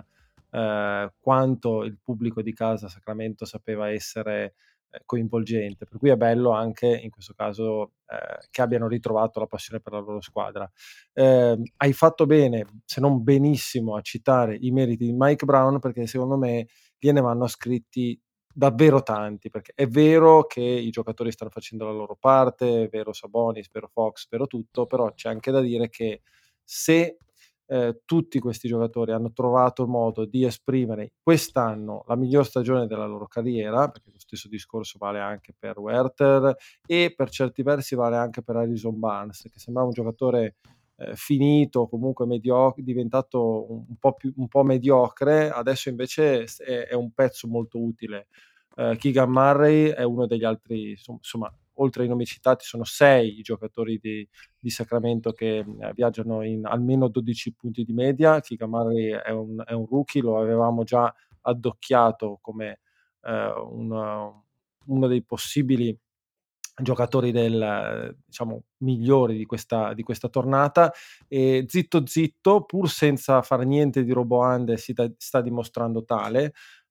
Eh, quanto il pubblico di casa Sacramento sapeva essere eh, coinvolgente, per cui è bello anche in questo caso eh, che abbiano ritrovato la passione per la loro squadra. Eh, hai fatto bene, se non benissimo, a citare i meriti di Mike Brown, perché secondo me gliene vanno scritti davvero tanti, perché è vero che i giocatori stanno facendo la loro parte, è vero Sabonis, vero Fox, vero tutto, però c'è anche da dire che se Eh, tutti questi giocatori hanno trovato il modo di esprimere quest'anno la miglior stagione della loro carriera, perché lo stesso discorso vale anche per Werther e per certi versi vale anche per Harrison Barnes, che sembrava un giocatore eh, finito, comunque mediocre, diventato un, un, po più, un po' mediocre, adesso invece è, è un pezzo molto utile. eh, Keegan Murray è uno degli altri, insomma, oltre ai nomi citati sono sei i giocatori di, di Sacramento che eh, viaggiano in almeno dodici punti di media. Keegan Murray è un, è un rookie, lo avevamo già addocchiato come eh, un, uno dei possibili giocatori del, diciamo, migliori di questa, di questa tornata, e zitto zitto, pur senza fare niente di roboante, si da, sta dimostrando tale.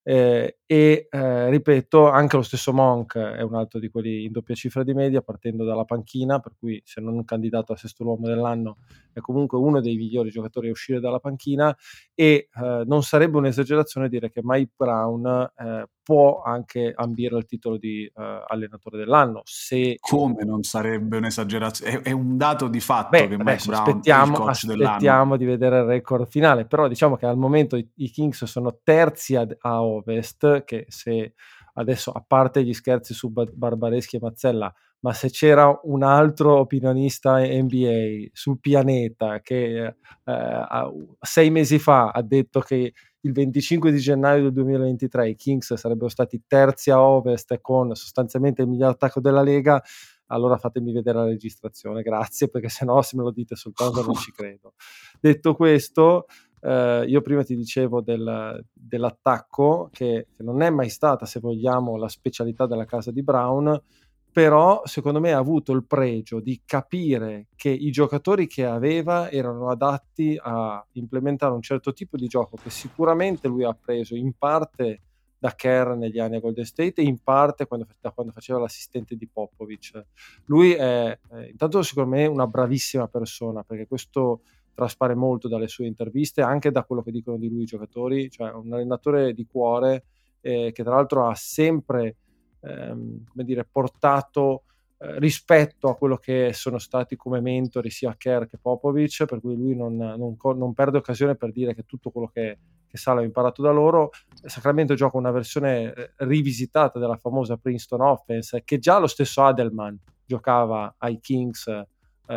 Eh, e eh, ripeto, anche lo stesso Monk è un altro di quelli in doppia cifra di media, partendo dalla panchina, per cui se non un candidato a sesto uomo dell'anno è comunque uno dei migliori giocatori a uscire dalla panchina, e eh, non sarebbe un'esagerazione dire che Mike Brown eh, può anche ambire al titolo di eh, allenatore dell'anno. Se Come non sarebbe un'esagerazione? È, è un dato di fatto Beh, che Mike adesso Brown è il aspettiamo, coach dell'anno. aspettiamo di vedere il record finale, però diciamo che al momento i, i Kings sono terzi a, a Ovest, che se adesso, a parte gli scherzi su Ba- Barbareschi e Mazzella, ma se c'era un altro opinionista N B A sul pianeta che eh, a- sei mesi fa ha detto che il venticinque di gennaio del duemilaventitré i Kings sarebbero stati terzi a Ovest con sostanzialmente il miglior attacco della Lega, allora fatemi vedere la registrazione, grazie, perché sennò se me lo dite soltanto non ci credo. Detto questo, eh, io prima ti dicevo del, dell'attacco, che, che non è mai stata, se vogliamo, la specialità della casa di Brown, però secondo me ha avuto il pregio di capire che i giocatori che aveva erano adatti a implementare un certo tipo di gioco che sicuramente lui ha preso in parte da Kerr negli anni a Golden State e in parte quando, da quando faceva l'assistente di Popovich. Lui è, è intanto secondo me una bravissima persona, perché questo traspare molto dalle sue interviste, anche da quello che dicono di lui i giocatori, cioè un allenatore di cuore eh, che tra l'altro ha sempre ehm, come dire, portato eh, rispetto a quello che sono stati come mentori sia Kerr che Popovich, per cui lui non, non, non perde occasione per dire che tutto quello che che Sala ha imparato da loro. Sacramento gioca una versione eh, rivisitata della famosa Princeton Offense che già lo stesso Adelman giocava ai Kings eh,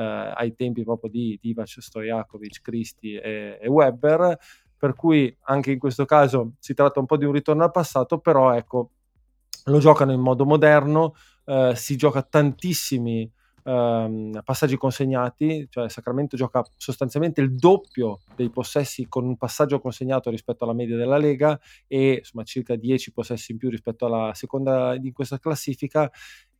ai tempi proprio di Divac, Stojakovic, Christie e, e Webber, per cui anche in questo caso si tratta un po' di un ritorno al passato, però ecco, lo giocano in modo moderno, eh, si gioca tantissimi Um, passaggi consegnati, cioè Sacramento gioca sostanzialmente il doppio dei possessi con un passaggio consegnato rispetto alla media della Lega e insomma circa dieci possessi in più rispetto alla seconda di questa classifica,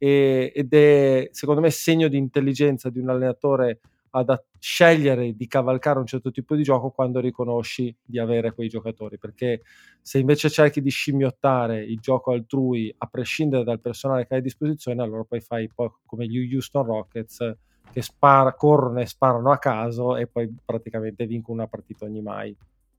e, ed è secondo me segno di intelligenza di un allenatore ad a scegliere di cavalcare un certo tipo di gioco quando riconosci di avere quei giocatori, perché se invece cerchi di scimmiottare il gioco altrui a prescindere dal personale che hai a disposizione, allora poi fai poi come gli Houston Rockets che spara, corrono e sparano a caso e poi praticamente vincono una partita ogni mai.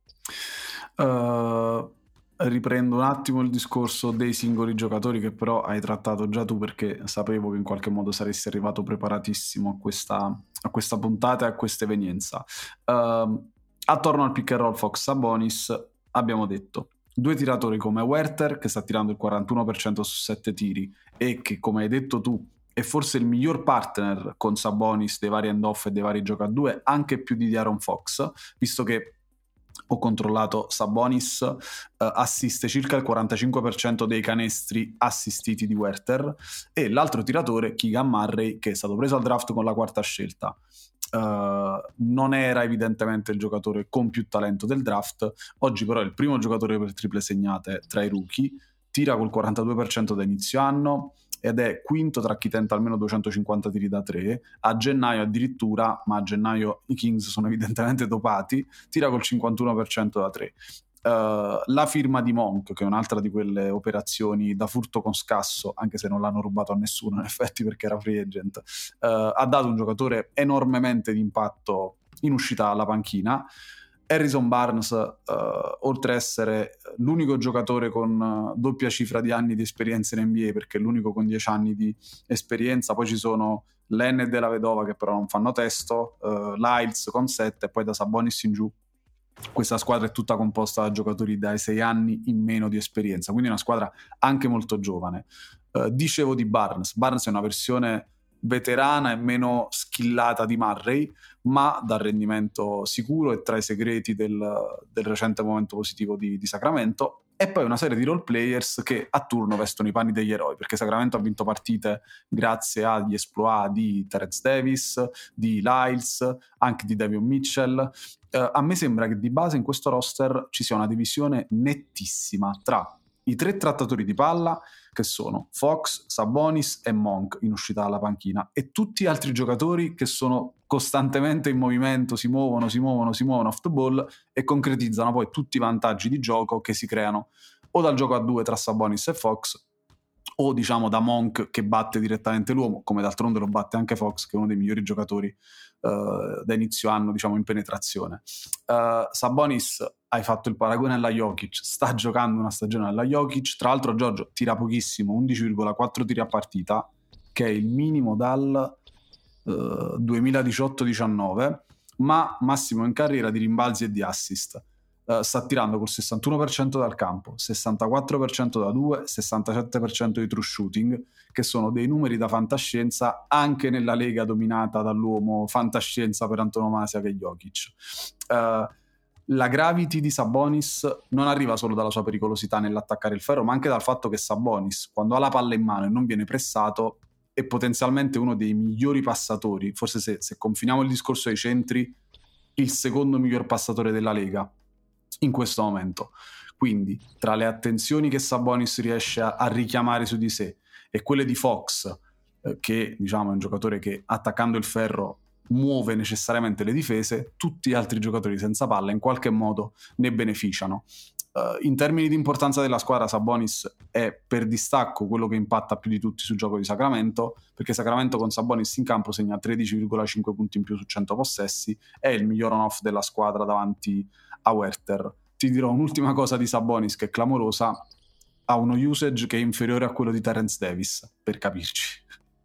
Uh, riprendo un attimo il discorso dei singoli giocatori che però hai trattato già tu, perché sapevo che in qualche modo saresti arrivato preparatissimo a questa, a questa puntata e a questa evenienza. Uh, attorno al pick and roll Fox Sabonis abbiamo detto due tiratori come Werther che sta tirando il quarantuno per cento su sette tiri e che, come hai detto tu, è forse il miglior partner con Sabonis dei vari end-off e dei vari gioca a due, anche più di Aaron Fox, visto che ho controllato Sabonis uh, assiste circa il quarantacinque per cento dei canestri assistiti di Werther, e l'altro tiratore Keegan Murray, che è stato preso al draft con la quarta scelta, uh, non era evidentemente il giocatore con più talento del draft, oggi però è il primo giocatore per triple segnate tra i rookie, tira col quarantadue per cento da inizio anno ed è quinto tra chi tenta almeno duecentocinquanta tiri da tre. A gennaio addirittura, ma a gennaio i Kings sono evidentemente dopati, tira col cinquantuno per cento da tre. Uh, la firma di Monk, che è un'altra di quelle operazioni da furto con scasso, anche se non l'hanno rubato a nessuno in effetti perché era free agent, uh, ha dato un giocatore enormemente di impatto in uscita alla panchina. Harrison Barnes, uh, oltre a essere l'unico giocatore con uh, doppia cifra di anni di esperienza in N B A, perché è l'unico con dieci anni di esperienza, poi ci sono Len e Della Vedova che però non fanno testo, uh, Lyles con sette, e poi da Sabonis in giù questa squadra è tutta composta da giocatori dai sei anni in meno di esperienza, quindi è una squadra anche molto giovane. Uh, dicevo di Barnes, Barnes è una versione veterana e meno skillata di Murray, ma dal rendimento sicuro e tra i segreti del, del recente momento positivo di, di Sacramento, e poi una serie di role players che a turno vestono i panni degli eroi, perché Sacramento ha vinto partite grazie agli exploit di Terence Davis, di Lyles, anche di Davion Mitchell. Uh, a me sembra che di base in questo roster ci sia una divisione nettissima tra i tre trattatori di palla, che sono Fox, Sabonis e Monk in uscita dalla panchina, e tutti gli altri giocatori che sono costantemente in movimento, si muovono, si muovono, si muovono off the ball e concretizzano poi tutti i vantaggi di gioco che si creano o dal gioco a due tra Sabonis e Fox, o diciamo da Monk che batte direttamente l'uomo, come d'altronde lo batte anche Fox, che è uno dei migliori giocatori uh, da inizio anno, diciamo, in penetrazione. Uh, Sabonis, hai fatto il paragone alla Jokic, sta giocando una stagione alla Jokic, tra l'altro Giorgio tira pochissimo, undici virgola quattro tiri a partita, che è il minimo dal uh, duemiladiciotto diciannove, ma massimo in carriera di rimbalzi e di assist. Uh, sta tirando col sessantuno per cento dal campo, sessantaquattro per cento da due, sessantasette per cento di true shooting, che sono dei numeri da fantascienza anche nella lega dominata dall'uomo fantascienza per antonomasia che è Jokic. Uh, la gravity di Sabonis non arriva solo dalla sua pericolosità nell'attaccare il ferro, ma anche dal fatto che Sabonis, quando ha la palla in mano e non viene pressato, è potenzialmente uno dei migliori passatori, forse se, se confiniamo il discorso ai centri, il secondo miglior passatore della lega in questo momento. Quindi tra le attenzioni che Sabonis riesce a, a richiamare su di sé e quelle di Fox, eh, che diciamo è un giocatore che attaccando il ferro muove necessariamente le difese, tutti gli altri giocatori senza palla in qualche modo ne beneficiano. Uh, in termini di importanza della squadra, Sabonis è per distacco quello che impatta più di tutti sul gioco di Sacramento, perché Sacramento con Sabonis in campo segna tredici virgola cinque punti in più su cento possessi, è il miglior on-off della squadra davanti a Werther. Ti dirò un'ultima cosa di Sabonis che è clamorosa: ha uno usage che è inferiore a quello di Terence Davis, per capirci.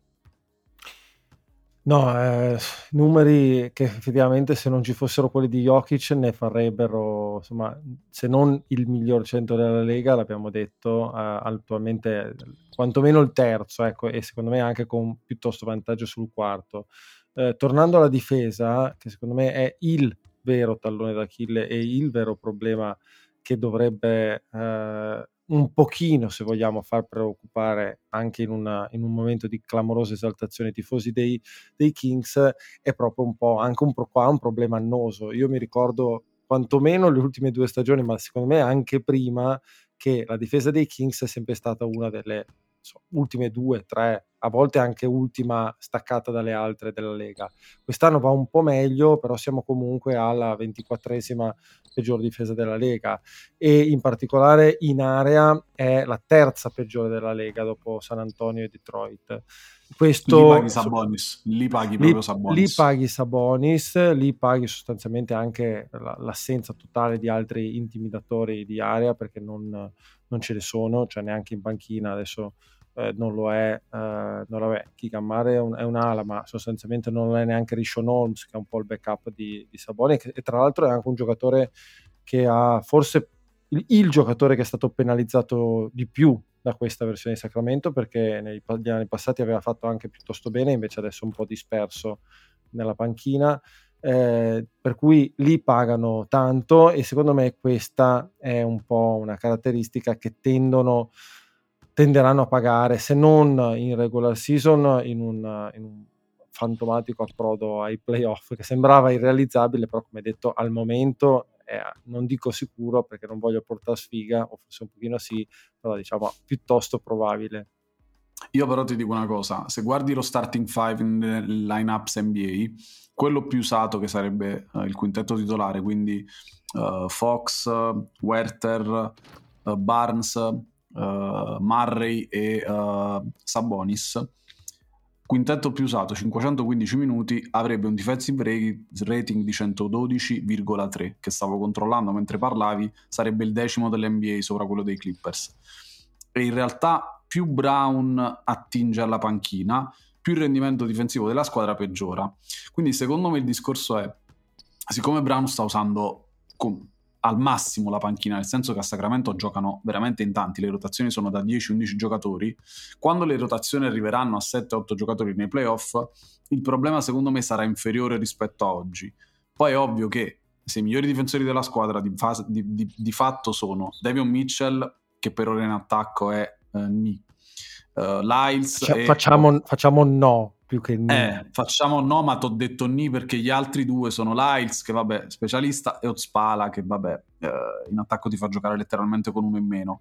No, eh, numeri che effettivamente se non ci fossero quelli di Jokic ne farebbero, insomma, se non il miglior centro della Lega, l'abbiamo detto, eh, attualmente quantomeno il terzo, ecco, e secondo me anche con piuttosto vantaggio sul quarto. Eh, tornando alla difesa, che secondo me è il vero tallone d'Achille e il vero problema che dovrebbe eh, un pochino, se vogliamo, far preoccupare anche in, una, in un momento di clamorosa esaltazione i tifosi dei, dei Kings, è proprio un po' anche un, pro, qua un problema annoso. Io mi ricordo quantomeno le ultime due stagioni, ma secondo me anche prima, che la difesa dei Kings è sempre stata una delle so, ultime due, tre, a volte anche ultima staccata dalle altre della Lega. Quest'anno va un po' meglio, però siamo comunque alla ventiquattresima peggior difesa della Lega, e in particolare in area è la terza peggiore della Lega dopo San Antonio e Detroit. Questo, lì paghi Sabonis, lì paghi proprio lì, Sabonis. Lì paghi Sabonis, lì paghi sostanzialmente anche la, l'assenza totale di altri intimidatori di area, perché non, non ce ne sono, cioè neanche in panchina adesso eh, non lo è, eh, non lo è. Keegan Murray è, un, è un'ala, ma sostanzialmente non lo è neanche Rishon Holmes, che è un po' il backup di, di Sabonis, e tra l'altro è anche un giocatore che ha forse il, il giocatore che è stato penalizzato di più da questa versione di Sacramento, perché negli anni passati aveva fatto anche piuttosto bene, invece adesso è un po' disperso nella panchina, eh, per cui lì pagano tanto, e secondo me questa è un po' una caratteristica che tendono tenderanno a pagare, se non in regular season, in un, in un fantomatico approdo ai playoff che sembrava irrealizzabile, però come detto al momento eh, non dico sicuro perché non voglio portare sfiga, o forse un pochino sì, però diciamo piuttosto probabile. Io però ti dico una cosa: se guardi lo starting five in lineups N B A, quello più usato, che sarebbe uh, il quintetto titolare, quindi uh, Fox, Werther, uh, Barnes, uh, Murray e uh, Sabonis, quintetto più usato, cinquecentoquindici minuti, avrebbe un defensive rating di centododici virgola tre, che stavo controllando mentre parlavi, sarebbe il decimo dell'N B A sopra quello dei Clippers. E in realtà più Brown attinge alla panchina, più il rendimento difensivo della squadra peggiora. Quindi secondo me il discorso è, siccome Brown sta usando con, al massimo la panchina, nel senso che a Sacramento giocano veramente in tanti, le rotazioni sono da dieci undici giocatori, quando le rotazioni arriveranno a sette otto giocatori nei playoff, il problema secondo me sarà inferiore rispetto a oggi. Poi è ovvio che se i migliori difensori della squadra di, fase, di, di, di fatto sono Davion Mitchell, che per ora in attacco è uh, Ni, uh, Lyles Faccia, e, facciamo, facciamo no più che Ni. Eh, facciamo no, ma t'ho detto Ni perché gli altri due sono Lyles, che vabbè specialista, e Ozpala, che vabbè eh, in attacco ti fa giocare letteralmente con uno in meno.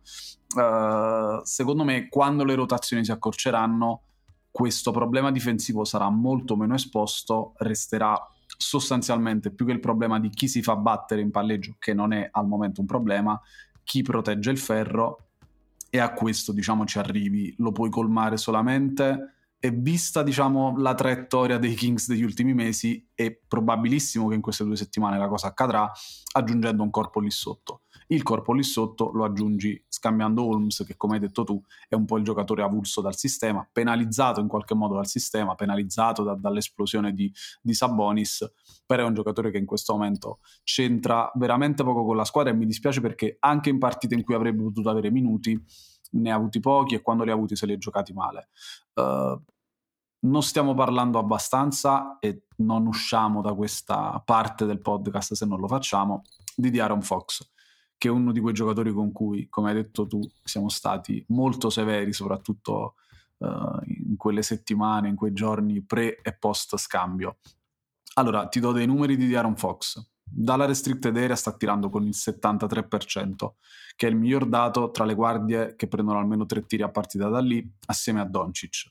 Uh, secondo me quando le rotazioni si accorceranno questo problema difensivo sarà molto meno esposto, resterà sostanzialmente più che il problema di chi si fa battere in palleggio, che non è al momento un problema, chi protegge il ferro, e a questo, diciamo, ci arrivi, lo puoi colmare solamente, e vista, diciamo, la traiettoria dei Kings degli ultimi mesi, è probabilissimo che in queste due settimane la cosa accadrà, aggiungendo un corpo lì sotto. Il corpo lì sotto lo aggiungi scambiando Holmes, che come hai detto tu è un po' il giocatore avulso dal sistema, penalizzato in qualche modo dal sistema, penalizzato da, dall'esplosione di, di Sabonis, però è un giocatore che in questo momento c'entra veramente poco con la squadra, e mi dispiace perché anche in partite in cui avrebbe potuto avere minuti ne ha avuti pochi, e quando li ha avuti se li ha giocati male. Uh, non stiamo parlando abbastanza, e non usciamo da questa parte del podcast se non lo facciamo, di De'Aaron Fox, che è uno di quei giocatori con cui, come hai detto tu, siamo stati molto severi, soprattutto uh, in quelle settimane, in quei giorni pre e post scambio. Allora, ti do dei numeri di De'Aaron Fox. Dalla restricted area sta tirando con il settantatré per cento, che è il miglior dato tra le guardie che prendono almeno tre tiri a partita da lì, assieme a Doncic.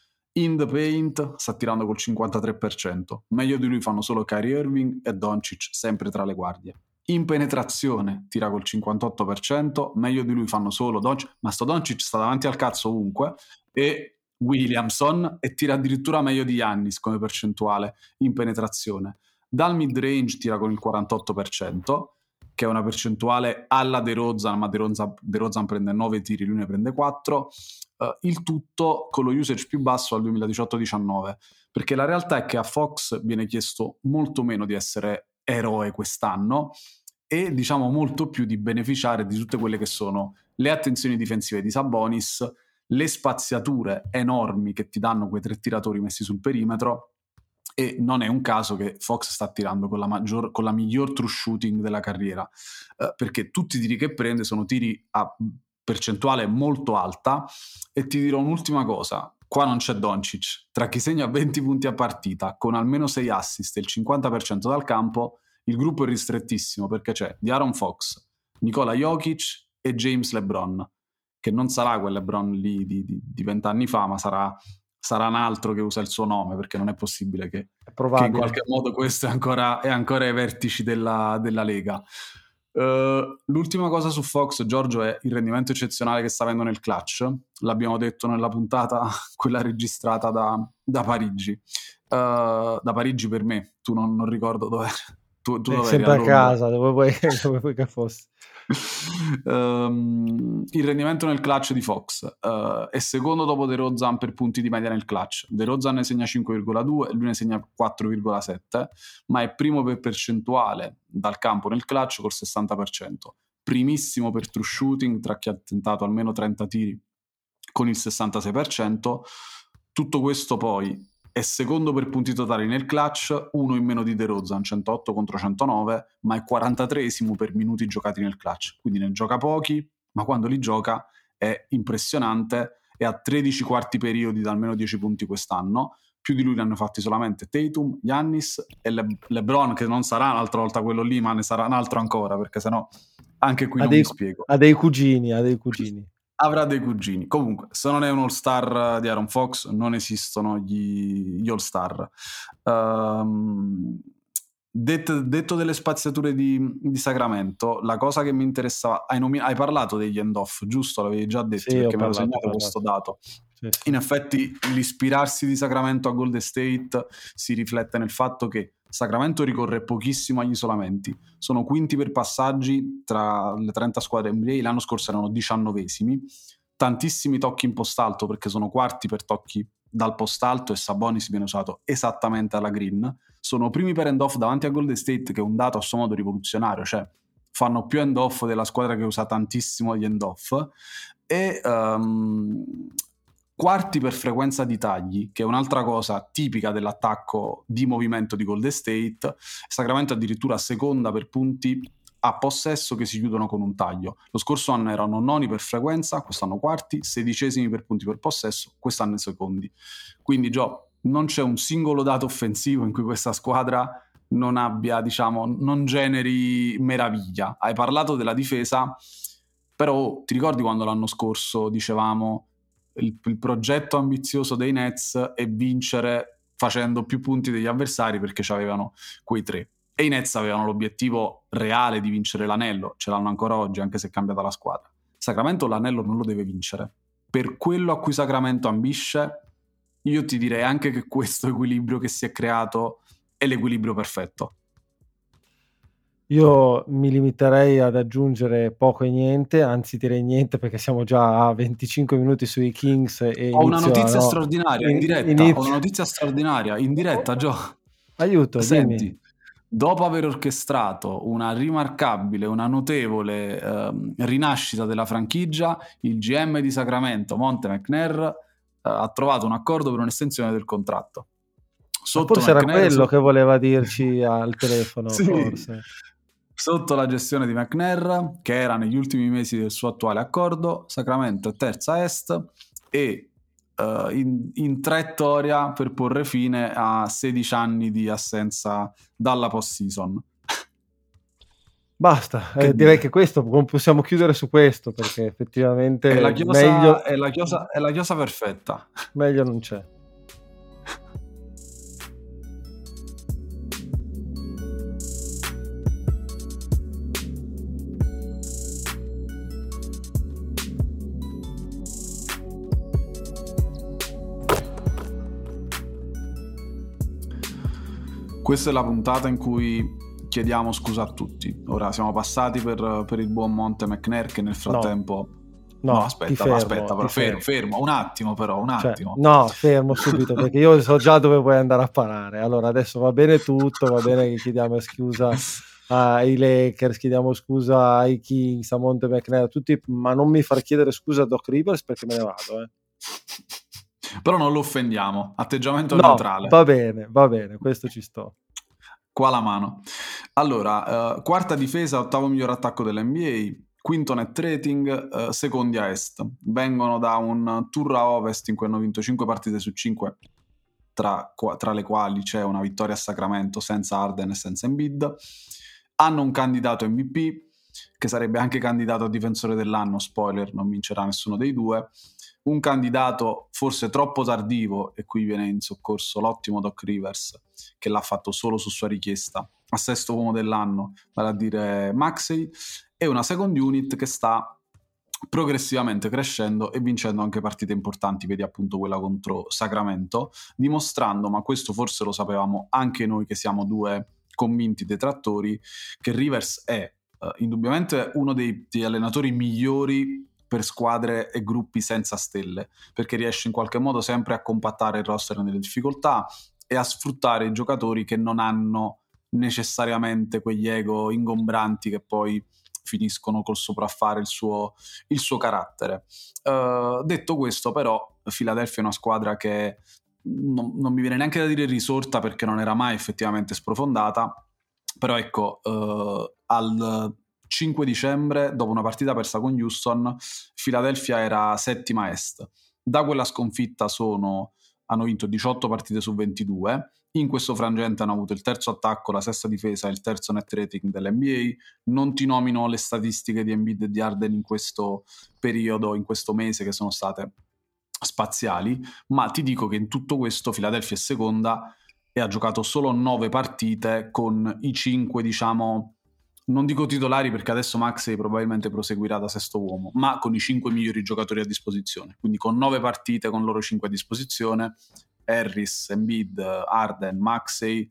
In the paint sta tirando col cinquantatré per cento, meglio di lui fanno solo Kyrie Irving e Doncic, sempre tra le guardie. In penetrazione tira col cinquantotto per cento, meglio di lui fanno solo Doncic, ma sto Doncic sta davanti al cazzo ovunque, e Williamson, e tira addirittura meglio di Giannis come percentuale in penetrazione. Dal mid range tira con il quarantotto per cento, che è una percentuale alla DeRozan, ma DeRozan, DeRozan prende nove tiri, lui ne prende quattro, uh, il tutto con lo usage più basso al duemiladiciotto diciannove, perché la realtà è che a Fox viene chiesto molto meno di essere eroe quest'anno, e diciamo molto più di beneficiare di tutte quelle che sono le attenzioni difensive di Sabonis, le spaziature enormi che ti danno quei tre tiratori messi sul perimetro, e non è un caso che Fox sta tirando con la, maggior, con la miglior true shooting della carriera, eh, perché tutti i tiri che prende sono tiri a percentuale molto alta. E ti dirò un'ultima cosa, qua non c'è Doncic, tra chi segna venti punti a partita con almeno sei assist e il cinquanta per cento dal campo, il gruppo è ristrettissimo, perché c'è De'Aaron Fox, Nikola Jokic e James LeBron, che non sarà quel LeBron lì di vent'anni fa, ma sarà sarà un altro che usa il suo nome, perché non è possibile che, è che in qualche modo questo è ancora, è ancora ai vertici della, della Lega. Uh, l'ultima cosa su Fox, Giorgio, è il rendimento eccezionale che sta avendo nel clutch. L'abbiamo detto nella puntata, quella registrata da, da Parigi. Uh, da Parigi per me, tu non, non ricordo dove tu, tu dove sempre a casa, dove vuoi, dove vuoi che fosse. Um, il rendimento nel clutch di Fox uh, è secondo dopo DeRozan per punti di media nel clutch. DeRozan ne segna cinque virgola due e lui ne segna quattro virgola sette, ma è primo per percentuale dal campo nel clutch col sessanta per cento, primissimo per true shooting tra chi ha tentato almeno trenta tiri con il sessantasei per cento. Tutto questo poi è secondo per punti totali nel clutch, uno in meno di DeRozan, centootto contro centonove, ma è quarantatreesimo per minuti giocati nel clutch, quindi ne gioca pochi, ma quando li gioca è impressionante, e ha tredici quarti periodi da almeno dieci punti quest'anno. Più di lui ne hanno fatti solamente Tatum, Giannis e Le- LeBron, che non sarà un'altra volta quello lì, ma ne sarà un altro ancora, perché sennò anche qui ha non dei, mi spiego. Ha dei cugini, ha dei cugini. Avrà dei cugini. Comunque, se non è un all-star di Aaron Fox, non esistono gli, gli all-star. Um, detto, detto delle spaziature di, di Sacramento, la cosa che mi interessava, hai, nomi- hai parlato degli end-off, giusto? L'avevi già detto, sì, perché mi ero parlato, segnato questo dato. Sì, sì. In effetti l'ispirarsi di Sacramento a Golden State si riflette nel fatto che Sacramento ricorre pochissimo agli isolamenti, sono quinti per passaggi tra le trenta squadre N B A, l'anno scorso erano diciannovesimi, tantissimi tocchi in post alto perché sono quarti per tocchi dal post alto, e Sabonis viene usato esattamente alla green, sono primi per end off davanti a Golden State, che è un dato a suo modo rivoluzionario, cioè fanno più end off della squadra che usa tantissimo gli end off, e um, quarti per frequenza di tagli, che è un'altra cosa tipica dell'attacco di movimento di Golden State. Sacramento addirittura seconda per punti a possesso che si chiudono con un taglio. Lo scorso anno erano noni per frequenza, quest'anno quarti, sedicesimi per punti per possesso, quest'anno secondi. Quindi Gio, non c'è un singolo dato offensivo in cui questa squadra non abbia, diciamo, non generi meraviglia. Hai parlato della difesa, però ti ricordi quando l'anno scorso dicevamo il, il progetto ambizioso dei Nets è vincere facendo più punti degli avversari, perché avevano quei tre. e i Nets avevano l'obiettivo reale di vincere l'anello, ce l'hanno ancora oggi anche se è cambiata la squadra. Sacramento l'anello non lo deve vincere, per quello a cui Sacramento ambisce. Io ti direi anche che questo equilibrio che si è creato è l'equilibrio perfetto. Io mi limiterei ad aggiungere poco e niente, anzi direi niente perché siamo già a venticinque minuti sui Kings e Ho una inizio a- notizia no, straordinaria in in- diretta, inizio- ho una notizia straordinaria in diretta, Gio. Aiuto, dimmi. Senti, dopo aver orchestrato una rimarcabile, una notevole ehm, rinascita della franchigia, il G M di Sacramento, Monte McNair, eh, ha trovato un accordo per un'estensione del contratto. Ma Sotto forse era McNair, quello sotto- che voleva dirci al telefono, Sì. forse. Sotto la gestione di McNair, che era negli ultimi mesi del suo attuale accordo, Sacramento è terza a est e uh, in, in traiettoria per porre fine a sedici anni di assenza dalla post-season. Basta, Che eh, direi dire? che questo possiamo chiudere su questo perché effettivamente È la chiosa, meglio, è la chiosa, è la chiosa perfetta. meglio non c'è. Questa è la puntata in cui chiediamo scusa a tutti. Ora siamo passati per, per il buon Monte McNair che nel frattempo... No, No, ti aspetta, fermo, aspetta, però ti fermo, fermo. fermo, un attimo però, un Cioè, attimo. no, fermo subito perché io so già dove vuoi andare a parare. Allora adesso va bene tutto, va bene che chiediamo scusa ai Lakers, chiediamo scusa ai Kings, a Monte McNair, tutti, ma non mi far chiedere scusa a Doc Rivers perché me ne vado, eh. Però non lo offendiamo, atteggiamento No, neutrale. va bene, va bene, questo ci sto. Qua la mano. Allora, eh, quarta difesa, ottavo miglior attacco dell'N B A, quinto net rating, eh, secondi a est. Vengono da un tour a ovest in cui hanno vinto cinque partite su cinque, tra, tra le quali c'è una vittoria a Sacramento senza Harden e senza Embiid. Hanno un candidato M V P, che sarebbe anche candidato a difensore dell'anno, spoiler, non vincerà nessuno dei due. Un candidato forse troppo tardivo, e qui viene in soccorso l'ottimo Doc Rivers, che l'ha fatto solo su sua richiesta, a sesto uomo dell'anno, vale a dire Maxey, e una second unit che sta progressivamente crescendo e vincendo anche partite importanti, vedi appunto quella contro Sacramento, dimostrando, ma questo forse lo sapevamo anche noi che siamo due convinti detrattori, che Rivers è uh, indubbiamente uno dei, dei allenatori migliori per squadre e gruppi senza stelle, perché riesce in qualche modo sempre a compattare il roster nelle difficoltà e a sfruttare i giocatori che non hanno necessariamente quegli ego ingombranti che poi finiscono col sopraffare il suo, il suo carattere. Uh, detto questo, però, Philadelphia è una squadra che non, non mi viene neanche da dire risorta perché non era mai effettivamente sprofondata, però ecco, uh, al cinque dicembre, dopo una partita persa con Houston, Philadelphia era settima a est. Da quella sconfitta sono, hanno vinto diciotto partite su ventidue. In questo frangente hanno avuto il terzo attacco, la sesta difesa e il terzo net rating dell'N B A. Non ti nomino le statistiche di Embiid e di Harden in questo periodo, in questo mese, che sono state spaziali, ma ti dico che in tutto questo Philadelphia è seconda e ha giocato solo nove partite con i cinque, diciamo, non dico titolari perché adesso Maxey probabilmente proseguirà da sesto uomo, ma con i cinque migliori giocatori a disposizione, quindi con nove partite con loro cinque a disposizione, Harris, Embiid, Harden, Maxey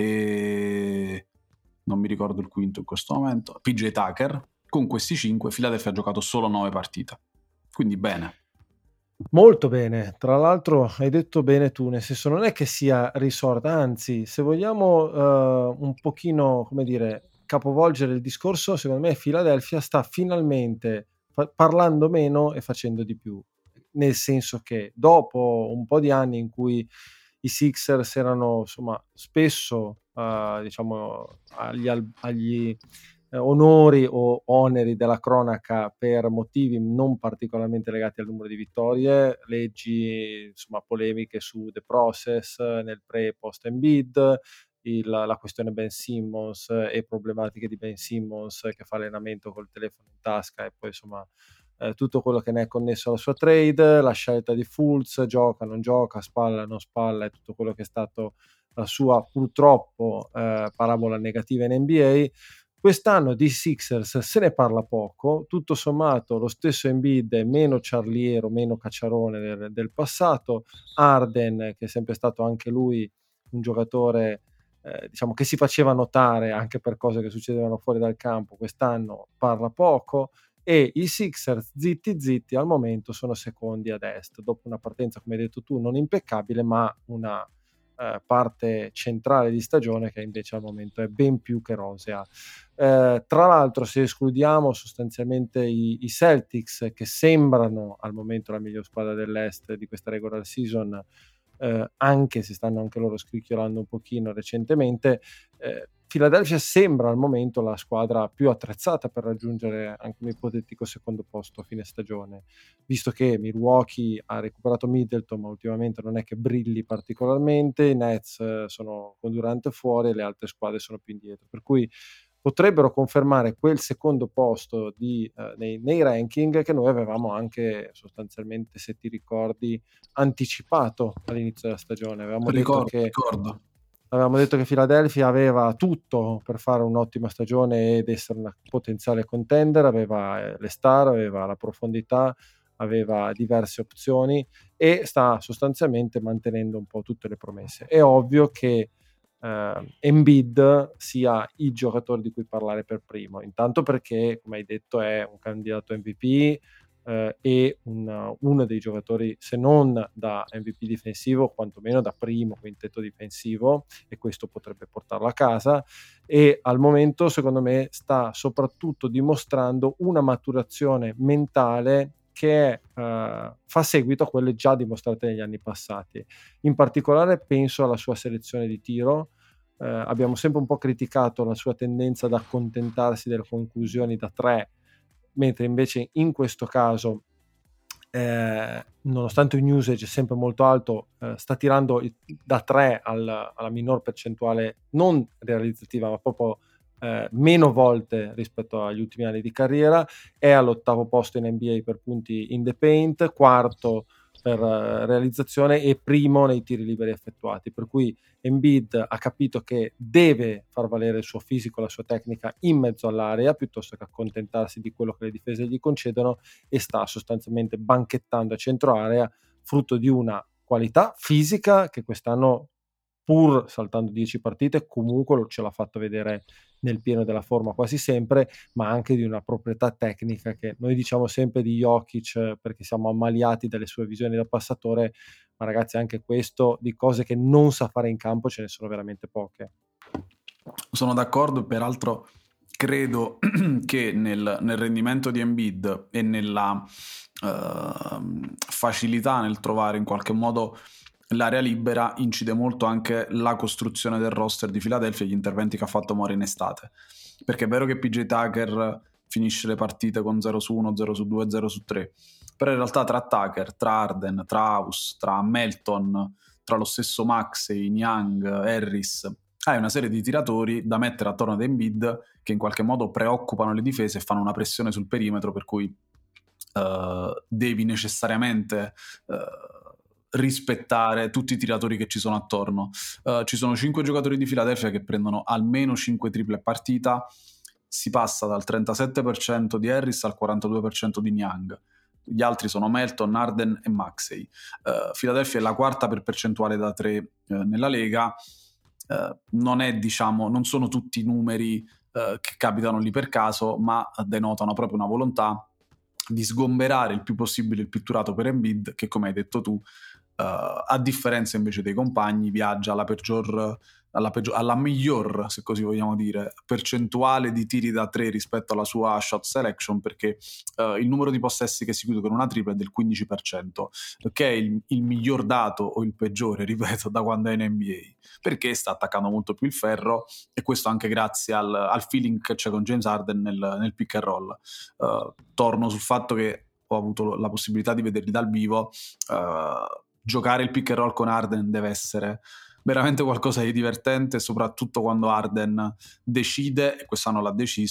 e non mi ricordo il quinto in questo momento, P J Tucker. Con questi cinque Philadelphia ha giocato solo nove partite, quindi bene. Molto bene, tra l'altro hai detto bene tu, nel senso non è che sia risorta, anzi se vogliamo uh, un pochino, come dire, capovolgere il discorso, secondo me Philadelphia sta finalmente fa- parlando meno e facendo di più, nel senso che dopo un po' di anni in cui i Sixers erano insomma spesso uh, diciamo agli, al- agli eh, onori o oneri della cronaca per motivi non particolarmente legati al numero di vittorie, leggi insomma polemiche su The Process nel pre e post Embiid, il, la questione Ben Simmons e problematiche di Ben Simmons che fa allenamento col telefono in tasca e poi insomma eh, tutto quello che ne è connesso alla sua trade, la scelta di Fultz, gioca, non gioca, spalla, non spalla, e tutto quello che è stato la sua purtroppo eh, parabola negativa in N B A. Quest'anno di Sixers se ne parla poco, tutto sommato lo stesso Embiid è meno ciarliero, meno cacciarone del, del passato. Harden, che è sempre stato anche lui un giocatore eh, diciamo che si faceva notare anche per cose che succedevano fuori dal campo, quest'anno parla poco, e i Sixers zitti zitti al momento sono secondi ad est, dopo una partenza, come hai detto tu, non impeccabile, ma una eh, parte centrale di stagione che invece al momento è ben più che rosea. Eh, tra l'altro, se escludiamo sostanzialmente i, i Celtics, che sembrano al momento la miglior squadra dell'est di questa regular season, eh, anche se stanno anche loro scricchiolando un pochino recentemente, eh, Philadelphia sembra al momento la squadra più attrezzata per raggiungere anche un ipotetico secondo posto a fine stagione, visto che Milwaukee ha recuperato Middleton, ma ultimamente non è che brilli particolarmente, i Nets eh, sono con Durant fuori e le altre squadre sono più indietro, per cui potrebbero confermare quel secondo posto di, eh, nei, nei ranking che noi avevamo anche sostanzialmente, se ti ricordi, anticipato all'inizio della stagione. Avevamo ricordo, detto che ricordo. Avevamo detto che Philadelphia aveva tutto per fare un'ottima stagione ed essere una potenziale contender, aveva le star, aveva la profondità, aveva diverse opzioni e sta sostanzialmente mantenendo un po' tutte le promesse. È ovvio che eh, Embiid sia il giocatore di cui parlare per primo, intanto perché, come hai detto, è un candidato M V P, Uh, e un, uno dei giocatori, se non da M V P difensivo, quantomeno da primo quintetto difensivo, e questo potrebbe portarlo a casa, e al momento secondo me sta soprattutto dimostrando una maturazione mentale che è, uh, fa seguito a quelle già dimostrate negli anni passati. In particolare penso alla sua selezione di tiro. Uh, abbiamo sempre un po' criticato la sua tendenza ad accontentarsi delle conclusioni da tre, mentre invece in questo caso, eh, nonostante un usage sempre molto alto, eh, sta tirando da tre al, alla minor percentuale non realizzativa, ma proprio eh, meno volte rispetto agli ultimi anni di carriera. È all'ottavo posto in N B A per punti in the paint, quarto per uh, realizzazione e primo nei tiri liberi effettuati, per cui Embiid ha capito che deve far valere il suo fisico, la sua tecnica in mezzo all'area piuttosto che accontentarsi di quello che le difese gli concedono, e sta sostanzialmente banchettando a centro area, frutto di una qualità fisica che quest'anno, pur saltando dieci partite, comunque ce l'ha fatto vedere nel pieno della forma quasi sempre, ma anche di una proprietà tecnica che noi diciamo sempre di Jokic perché siamo ammaliati dalle sue visioni da passatore, ma ragazzi anche questo, di cose che non sa fare in campo ce ne sono veramente poche. Sono d'accordo, peraltro credo che nel, nel rendimento di Embiid e nella uh, facilità nel trovare in qualche modo l'area libera incide molto anche la costruzione del roster di Philadelphia e gli interventi che ha fatto Mori in estate, perché è vero che P J Tucker finisce le partite con zero su uno, zero su due, zero su tre, però in realtà tra Tucker, tra Harden, tra House, tra Melton, tra lo stesso Maxey, Niang, Harris, hai una serie di tiratori da mettere attorno ad Embiid che in qualche modo preoccupano le difese e fanno una pressione sul perimetro, per cui uh, devi necessariamente uh, rispettare tutti i tiratori che ci sono attorno. Uh, ci sono cinque giocatori di Philadelphia che prendono almeno cinque triple a partita, si passa dal trentasette per cento di Harris al quarantadue per cento di Niang. Gli altri sono Melton, Harden e Maxey. Uh, Philadelphia è la quarta per percentuale da tre uh, nella Lega. Uh, non è, diciamo, non sono tutti numeri uh, che capitano lì per caso, ma denotano proprio una volontà di sgomberare il più possibile il pitturato per Embiid, che, come hai detto tu, Uh, a differenza invece dei compagni, viaggia alla peggior, alla, peggior, alla miglior, se così vogliamo dire, percentuale di tiri da tre rispetto alla sua shot selection, perché uh, il numero di possessi che si chiude con una tripla è del quindici per cento, che è il, il miglior dato, o il peggiore, ripeto, da quando è in N B A, perché sta attaccando molto più il ferro, e questo anche grazie al, al feeling che c'è con James Harden nel, nel pick and roll. Uh, torno sul fatto che ho avuto la possibilità di vederli dal vivo. uh, Giocare il pick and roll con Harden deve essere veramente qualcosa di divertente, soprattutto quando Harden decide, e quest'anno l'ha deciso,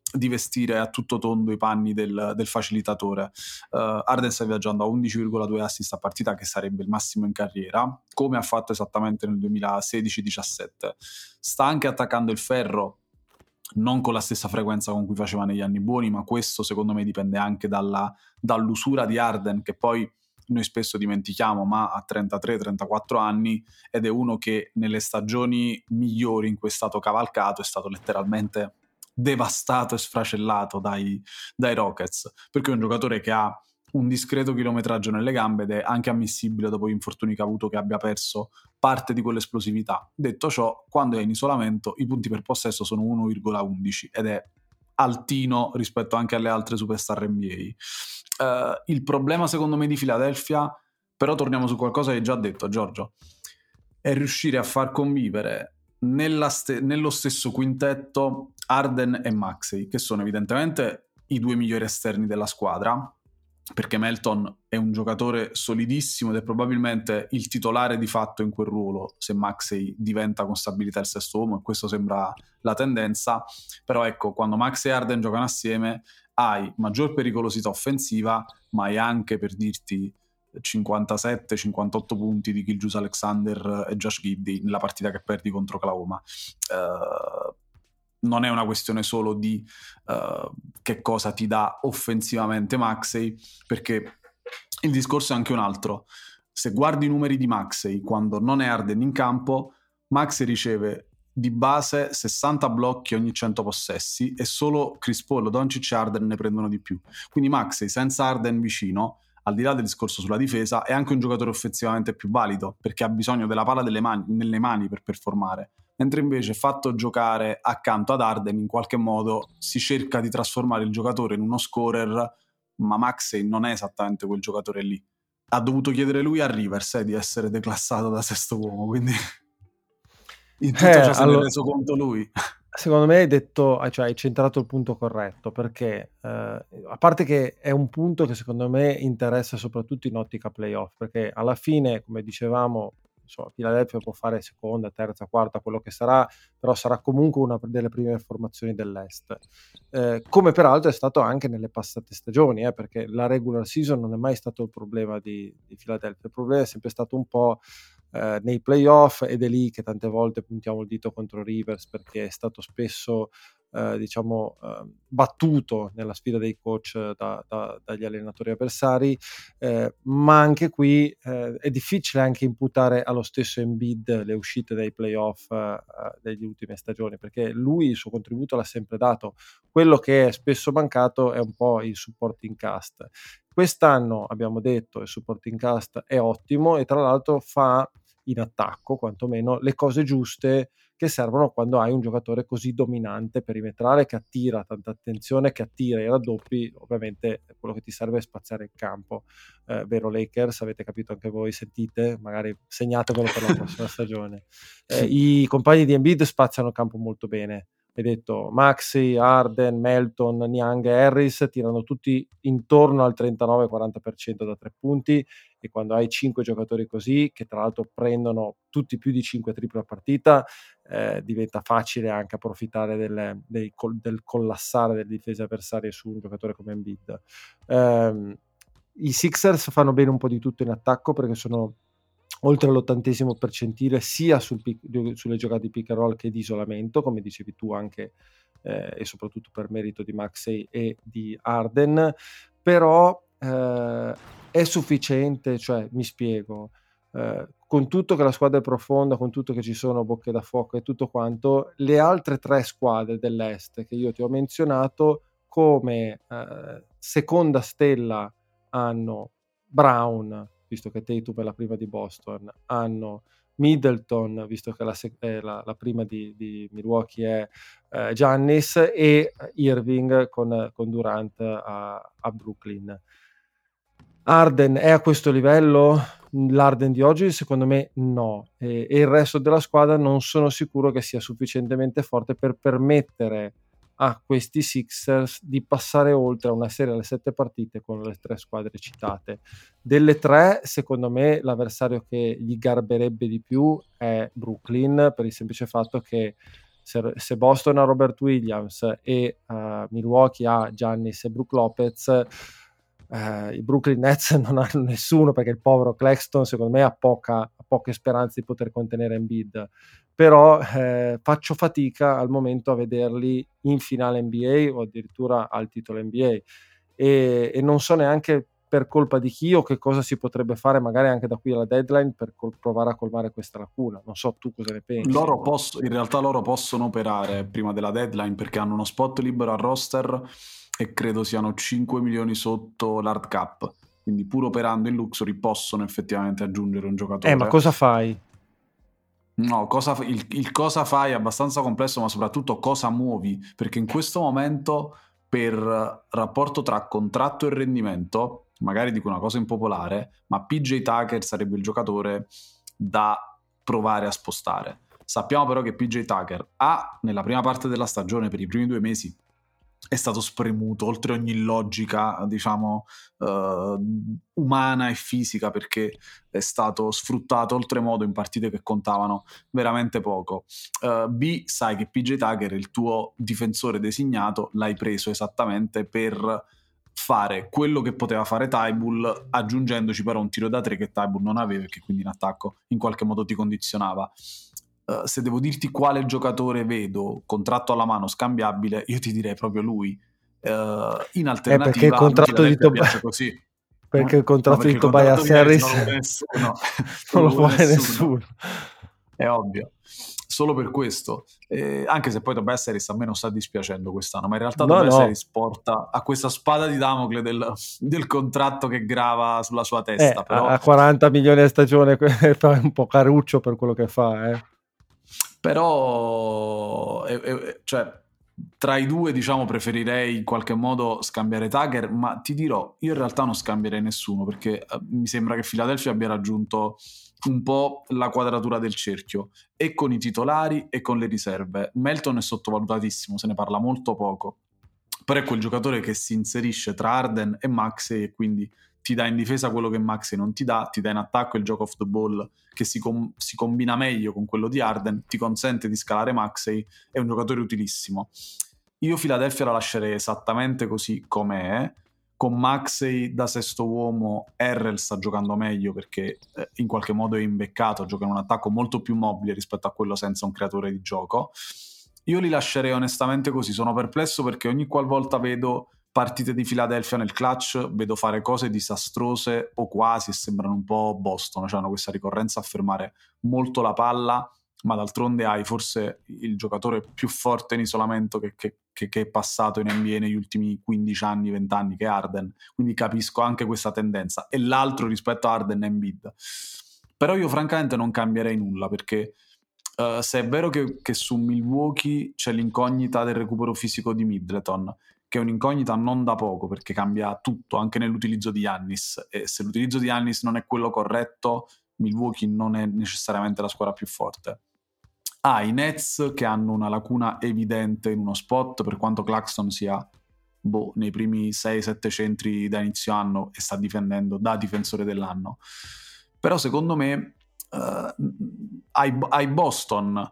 di vestire a tutto tondo i panni del, del facilitatore. uh, Harden sta viaggiando a undici virgola due assist a partita, che sarebbe il massimo in carriera, come ha fatto esattamente nel duemilasedici diciassette. Sta anche attaccando il ferro, non con la stessa frequenza con cui faceva negli anni buoni, ma questo secondo me dipende anche dalla, dall'usura di Harden, che poi noi spesso dimentichiamo, ma ha trentatré trentaquattro anni ed è uno che nelle stagioni migliori in cui è stato cavalcato è stato letteralmente devastato e sfracellato dai, dai Rockets, perché è un giocatore che ha un discreto chilometraggio nelle gambe ed è anche ammissibile, dopo gli infortuni che ha avuto, che abbia perso parte di quell'esplosività. Detto ciò, quando è in isolamento i punti per possesso sono uno virgola undici ed è altino rispetto anche alle altre superstar N B A. Uh, il problema secondo me di Philadelphia, però torniamo su qualcosa che hai già detto Giorgio, è riuscire a far convivere nella ste- nello stesso quintetto Harden e Maxey, che sono evidentemente i due migliori esterni della squadra, perché Melton è un giocatore solidissimo ed è probabilmente il titolare di fatto in quel ruolo se Maxey diventa con stabilità il sesto uomo, e questo sembra la tendenza. Però ecco, quando Maxey e Harden giocano assieme hai maggior pericolosità offensiva, ma hai anche, per dirti, cinquantasette cinquantotto punti di Gilgeous-Alexander e Josh Giddey nella partita che perdi contro Oklahoma. Uh, non è una questione solo di uh, che cosa ti dà offensivamente Maxey, perché il discorso è anche un altro. Se guardi i numeri di Maxey quando non è Harden in campo, Maxey riceve di base sessanta blocchi ogni cento possessi e solo Chris Paul, Doncic e Harden ne prendono di più. Quindi Maxey senza Harden vicino, al di là del discorso sulla difesa, è anche un giocatore offensivamente più valido, perché ha bisogno della palla delle mani, nelle mani per performare. Mentre invece, fatto giocare accanto ad Harden, in qualche modo si cerca di trasformare il giocatore in uno scorer, ma Maxey non è esattamente quel giocatore lì. Ha dovuto chiedere lui a Rivers eh, di essere declassato da sesto uomo, quindi in tutto Eh, ciò se allora, ne è reso conto lui. Secondo me hai detto, cioè hai centrato il punto corretto, perché eh, a parte che è un punto che secondo me interessa soprattutto in ottica playoff, perché alla fine, come dicevamo, insomma, Philadelphia può fare seconda, terza, quarta, quello che sarà, però sarà comunque una delle prime formazioni dell'Est, eh, come peraltro è stato anche nelle passate stagioni, eh, perché la regular season non è mai stato il problema di, di Philadelphia, il problema è sempre stato un po' eh, nei playoff, ed è lì che tante volte puntiamo il dito contro Rivers, perché è stato spesso eh, diciamo eh, battuto nella sfida dei coach da, da, dagli allenatori avversari, eh, ma anche qui eh, è difficile anche imputare allo stesso Embiid le uscite dai playoff eh, degli ultime stagioni, perché lui il suo contributo l'ha sempre dato. Quello che è spesso mancato è un po' il supporting cast. Quest'anno abbiamo detto il supporting cast è ottimo e tra l'altro fa in attacco quantomeno le cose giuste che servono quando hai un giocatore così dominante perimetrale, che attira tanta attenzione, che attira i raddoppi. Ovviamente quello che ti serve è spaziare il campo, eh, vero Lakers? Avete capito anche voi? Sentite? Magari segnatevelo per la prossima stagione. Eh, i compagni di Embiid spaziano il campo molto bene. Hai detto Maxey, Harden, Melton, Niang e Harris tirano tutti intorno al trentanove quaranta per cento da tre punti, e quando hai cinque giocatori così, che tra l'altro prendono tutti più di cinque triple a partita, eh, diventa facile anche approfittare del, dei, del collassare delle difese avversarie su un giocatore come Embiid. Eh, i Sixers fanno bene un po' di tutto in attacco, perché sono oltre all'ottantesimo percentile sia sul pick, sulle giocate di pick and roll che di isolamento, come dicevi tu anche, eh, e soprattutto per merito di Maxey e di Harden, però eh, è sufficiente, cioè mi spiego, eh, con tutto che la squadra è profonda, con tutto che ci sono bocche da fuoco e tutto quanto, le altre tre squadre dell'Est che io ti ho menzionato come eh, seconda stella hanno Brown, visto che Tatum è la prima di Boston, hanno Middleton, visto che la, eh, la, la prima di, di Milwaukee è eh, Giannis, e Irving con, con Durant a, a Brooklyn. Harden è a questo livello? L'Harden di oggi secondo me no, e, e il resto della squadra non sono sicuro che sia sufficientemente forte per permettere a questi Sixers di passare oltre a una serie alle sette partite con le tre squadre citate. Delle tre, secondo me l'avversario che gli garberebbe di più è Brooklyn, per il semplice fatto che se, se Boston ha Robert Williams e uh, Milwaukee ha Giannis e Brook Lopez, uh, i Brooklyn Nets non hanno nessuno, perché il povero Claxton secondo me ha, poca, ha poche speranze di poter contenere Embiid. Però eh, faccio fatica al momento a vederli in finale N B A o addirittura al titolo N B A, e, e non so neanche per colpa di chi o che cosa si potrebbe fare magari anche da qui alla deadline per col- provare a colmare questa lacuna. Non so tu cosa ne pensi. Loro posso, in realtà loro possono operare prima della deadline perché hanno uno spot libero al roster e credo siano cinque milioni sotto l'hard cap, quindi pur operando in luxury possono effettivamente aggiungere un giocatore. Eh, ma cosa fai? No, cosa, il, il cosa fai è abbastanza complesso, ma soprattutto cosa muovi, perché in questo momento per rapporto tra contratto e rendimento, magari dico una cosa impopolare, ma P J Tucker sarebbe il giocatore da provare a spostare. Sappiamo però che P J Tucker ha, nella prima parte della stagione, per i primi due mesi, è stato spremuto oltre ogni logica, diciamo, uh, umana e fisica, perché è stato sfruttato oltremodo in partite che contavano veramente poco. Uh, B, sai che P J Tucker è il tuo difensore designato, l'hai preso esattamente per fare quello che poteva fare Thybulle, aggiungendoci però un tiro da tre che Thybulle non aveva e che quindi in attacco in qualche modo ti condizionava. Uh, se devo dirti quale giocatore vedo contratto alla mano scambiabile, io ti direi proprio lui. Uh, in alternativa, eh, perché il contratto di Tobias così. perché il contratto no, di Tobias Harris non lo vuole nessuno, non lo vuole nessuno. nessuno. È ovvio. Solo per questo, eh, anche se poi Tobias Harris a me non sta dispiacendo quest'anno, ma in realtà no, Tobias no. Harris porta a questa spada di Damocle del, del contratto che grava sulla sua testa. Eh, però... a quaranta milioni a stagione fa un po' caruccio per quello che fa, eh. Però eh, eh, cioè, tra i due, diciamo, preferirei in qualche modo scambiare Tucker, ma ti dirò, io in realtà non scambierei nessuno, perché eh, mi sembra che Philadelphia abbia raggiunto un po' la quadratura del cerchio, e con i titolari e con le riserve. Melton è sottovalutatissimo, se ne parla molto poco, però è quel giocatore che si inserisce tra Harden e Maxey e quindi ti dà in difesa quello che Maxey non ti dà, ti dà in attacco il gioco off the ball che si, com- si combina meglio con quello di Harden, ti consente di scalare Maxey, è un giocatore utilissimo. Io Philadelphia la lascerei esattamente così com'è, con Maxey da sesto uomo. Harrell sta giocando meglio perché eh, in qualche modo è imbeccato, gioca in un attacco molto più mobile rispetto a quello senza un creatore di gioco. Io li lascerei onestamente così, sono perplesso perché ogni qualvolta vedo partite di Philadelphia nel clutch vedo fare cose disastrose o quasi, e sembrano un po' Boston, cioè hanno questa ricorrenza a fermare molto la palla, ma d'altronde hai forse il giocatore più forte in isolamento che, che, che, che è passato in N B A negli ultimi quindici anni, venti anni, che è Harden, quindi capisco anche questa tendenza, e l'altro rispetto a Harden è Embiid. Però io francamente non cambierei nulla, perché uh, se è vero che, che su Milwaukee c'è l'incognita del recupero fisico di Middleton, che è un'incognita non da poco perché cambia tutto anche nell'utilizzo di Giannis, e se l'utilizzo di Giannis non è quello corretto, Milwaukee non è necessariamente la squadra più forte. Ah, i Nets che hanno una lacuna evidente in uno spot, per quanto Claxton sia boh, nei primi sei sette centri da inizio anno e sta difendendo da difensore dell'anno. Però secondo me uh, ai, ai Boston,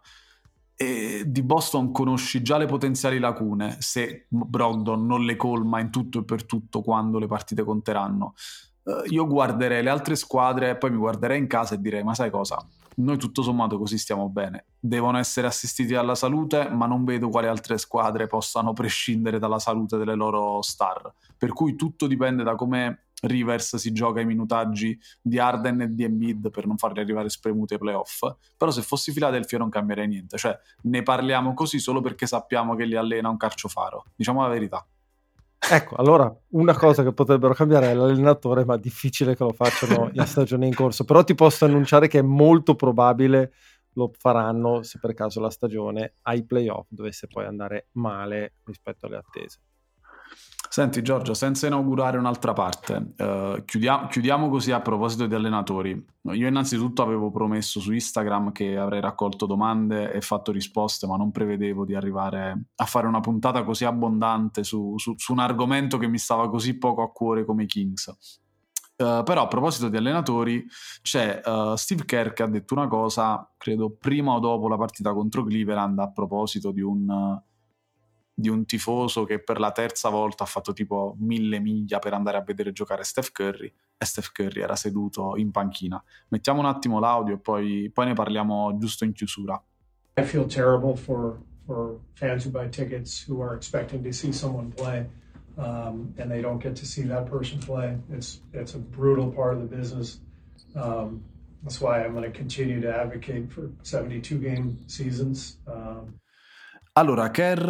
e di Boston conosci già le potenziali lacune se Brogdon non le colma in tutto e per tutto quando le partite conteranno. Uh, io guarderei le altre squadre e poi mi guarderei in casa e direi: ma sai cosa? Noi tutto sommato così stiamo bene, devono essere assistiti alla salute, ma non vedo quali altre squadre possano prescindere dalla salute delle loro star, per cui tutto dipende da come Rivers si gioca i minutaggi di Harden e di Embiid per non farli arrivare spremute ai playoff. Però se fossi Philadelphia non cambierei niente, cioè ne parliamo così solo perché sappiamo che li allena un carciofaro, diciamo la verità. Ecco, allora una cosa che potrebbero cambiare è l'allenatore, ma difficile che lo facciano in stagione in corso. Però ti posso annunciare che è molto probabile lo faranno se per caso la stagione ai playoff dovesse poi andare male rispetto alle attese. Senti Giorgio, senza inaugurare un'altra parte, eh, chiudiamo, chiudiamo così a proposito di allenatori. Io innanzitutto avevo promesso su Instagram che avrei raccolto domande e fatto risposte, ma non prevedevo di arrivare a fare una puntata così abbondante su, su, su un argomento che mi stava così poco a cuore come i Kings. Uh, però a proposito di allenatori c'è uh, Steve Kerr che ha detto una cosa, credo prima o dopo la partita contro Cleveland, a proposito di un, uh, di un tifoso che per la terza volta ha fatto tipo mille miglia per andare a vedere giocare Steph Curry, e Steph Curry era seduto in panchina. Mettiamo un attimo l'audio e poi, poi ne parliamo giusto in chiusura. I feel terrible for, for fans who buy tickets who are expecting to see someone play. Um, and they don't get to see that person play. It's it's a brutal part of the business. Um, that's why I'm going to continue to advocate for seventy-two game seasons. Um, allora, Kerr,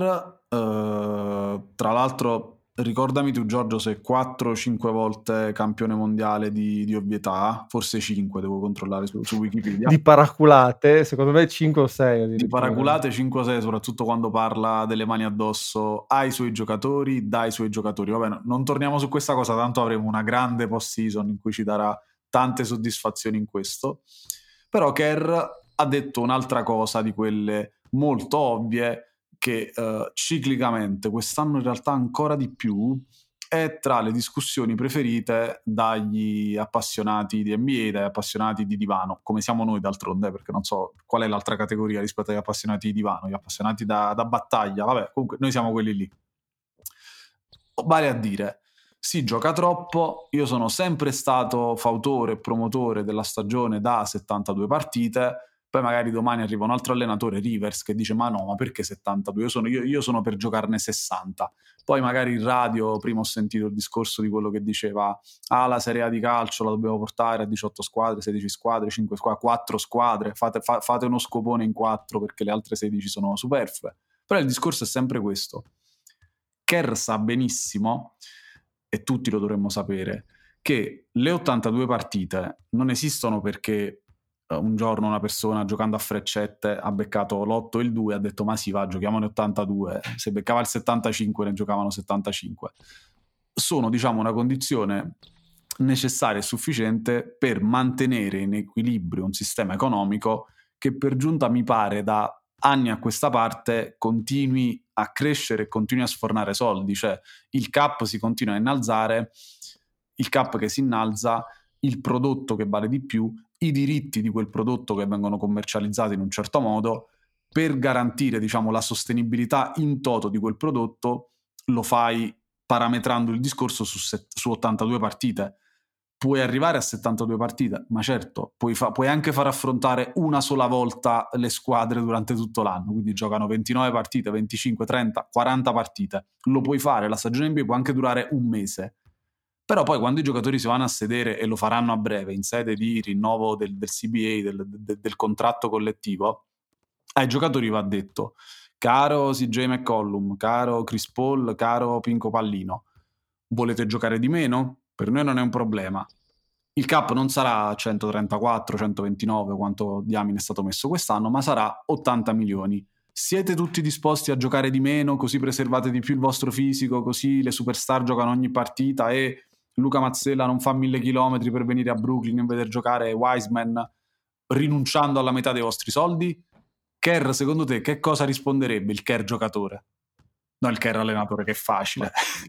uh, tra l'altro, ricordami tu Giorgio se quattro o cinque volte campione mondiale di, di ovvietà, forse cinque, devo controllare su, su Wikipedia. Di paraculate, secondo me cinque o sei. Di paraculate cinque o sei, soprattutto quando parla delle mani addosso ai suoi giocatori, dai suoi giocatori. Vabbè, non torniamo su questa cosa, tanto avremo una grande post-season in cui ci darà tante soddisfazioni in questo. Però Kerr ha detto un'altra cosa di quelle molto ovvie, che uh, ciclicamente, quest'anno in realtà ancora di più, è tra le discussioni preferite dagli appassionati di N B A, dagli appassionati di divano, come siamo noi d'altronde, perché non so qual è l'altra categoria rispetto agli appassionati di divano, gli appassionati da, da battaglia, vabbè, comunque noi siamo quelli lì. Vale a dire, si gioca troppo, io sono sempre stato fautore e promotore della stagione da settantadue partite, poi magari domani arriva un altro allenatore, Rivers, che dice ma no, ma perché settantadue? Io sono, io, io sono per giocarne sessanta. Poi magari in radio, prima ho sentito il discorso di quello che diceva ah, la Serie A di calcio la dobbiamo portare a diciotto squadre, sedici squadre, cinque squadre, quattro squadre, fate, fa, fate uno scopone in quattro perché le altre sedici sono superflue. Però il discorso è sempre questo. Kerr sa benissimo, e tutti lo dovremmo sapere, che le ottantadue partite non esistono perché un giorno una persona giocando a freccette ha beccato l'otto e il due, ha detto ma sì va, giochiamone ottantadue, se beccava il settantacinque ne giocavano settantacinque. Sono, diciamo, una condizione necessaria e sufficiente per mantenere in equilibrio un sistema economico che per giunta mi pare da anni a questa parte continui a crescere e continui a sfornare soldi, cioè il cap si continua a innalzare, il cap che si innalza, il prodotto che vale di più, i diritti di quel prodotto che vengono commercializzati in un certo modo, per garantire, diciamo, la sostenibilità in toto di quel prodotto, lo fai parametrando il discorso su, set, su ottantadue partite. Puoi arrivare a settantadue partite, ma certo, puoi, fa, puoi anche far affrontare una sola volta le squadre durante tutto l'anno, quindi giocano ventinove partite, venticinque, trenta, quaranta partite. Lo puoi fare, la stagione N B A può anche durare un mese. Però poi quando i giocatori si vanno a sedere, e lo faranno a breve in sede di rinnovo del, del C B A, del, del, del contratto collettivo, ai giocatori va detto: caro C J McCollum, caro Chris Paul, caro Pinco Pallino, volete giocare di meno? Per noi non è un problema. Il cap non sarà centotrentaquattro, centoventinove, quanto diamine è stato messo quest'anno, ma sarà ottanta milioni. Siete tutti disposti a giocare di meno, così preservate di più il vostro fisico, così le superstar giocano ogni partita e Luca Mazzella non fa mille chilometri per venire a Brooklyn e vedere giocare Wiseman, rinunciando alla metà dei vostri soldi? Kerr, secondo te, che cosa risponderebbe il Kerr giocatore? No, il Kerr allenatore, che è facile.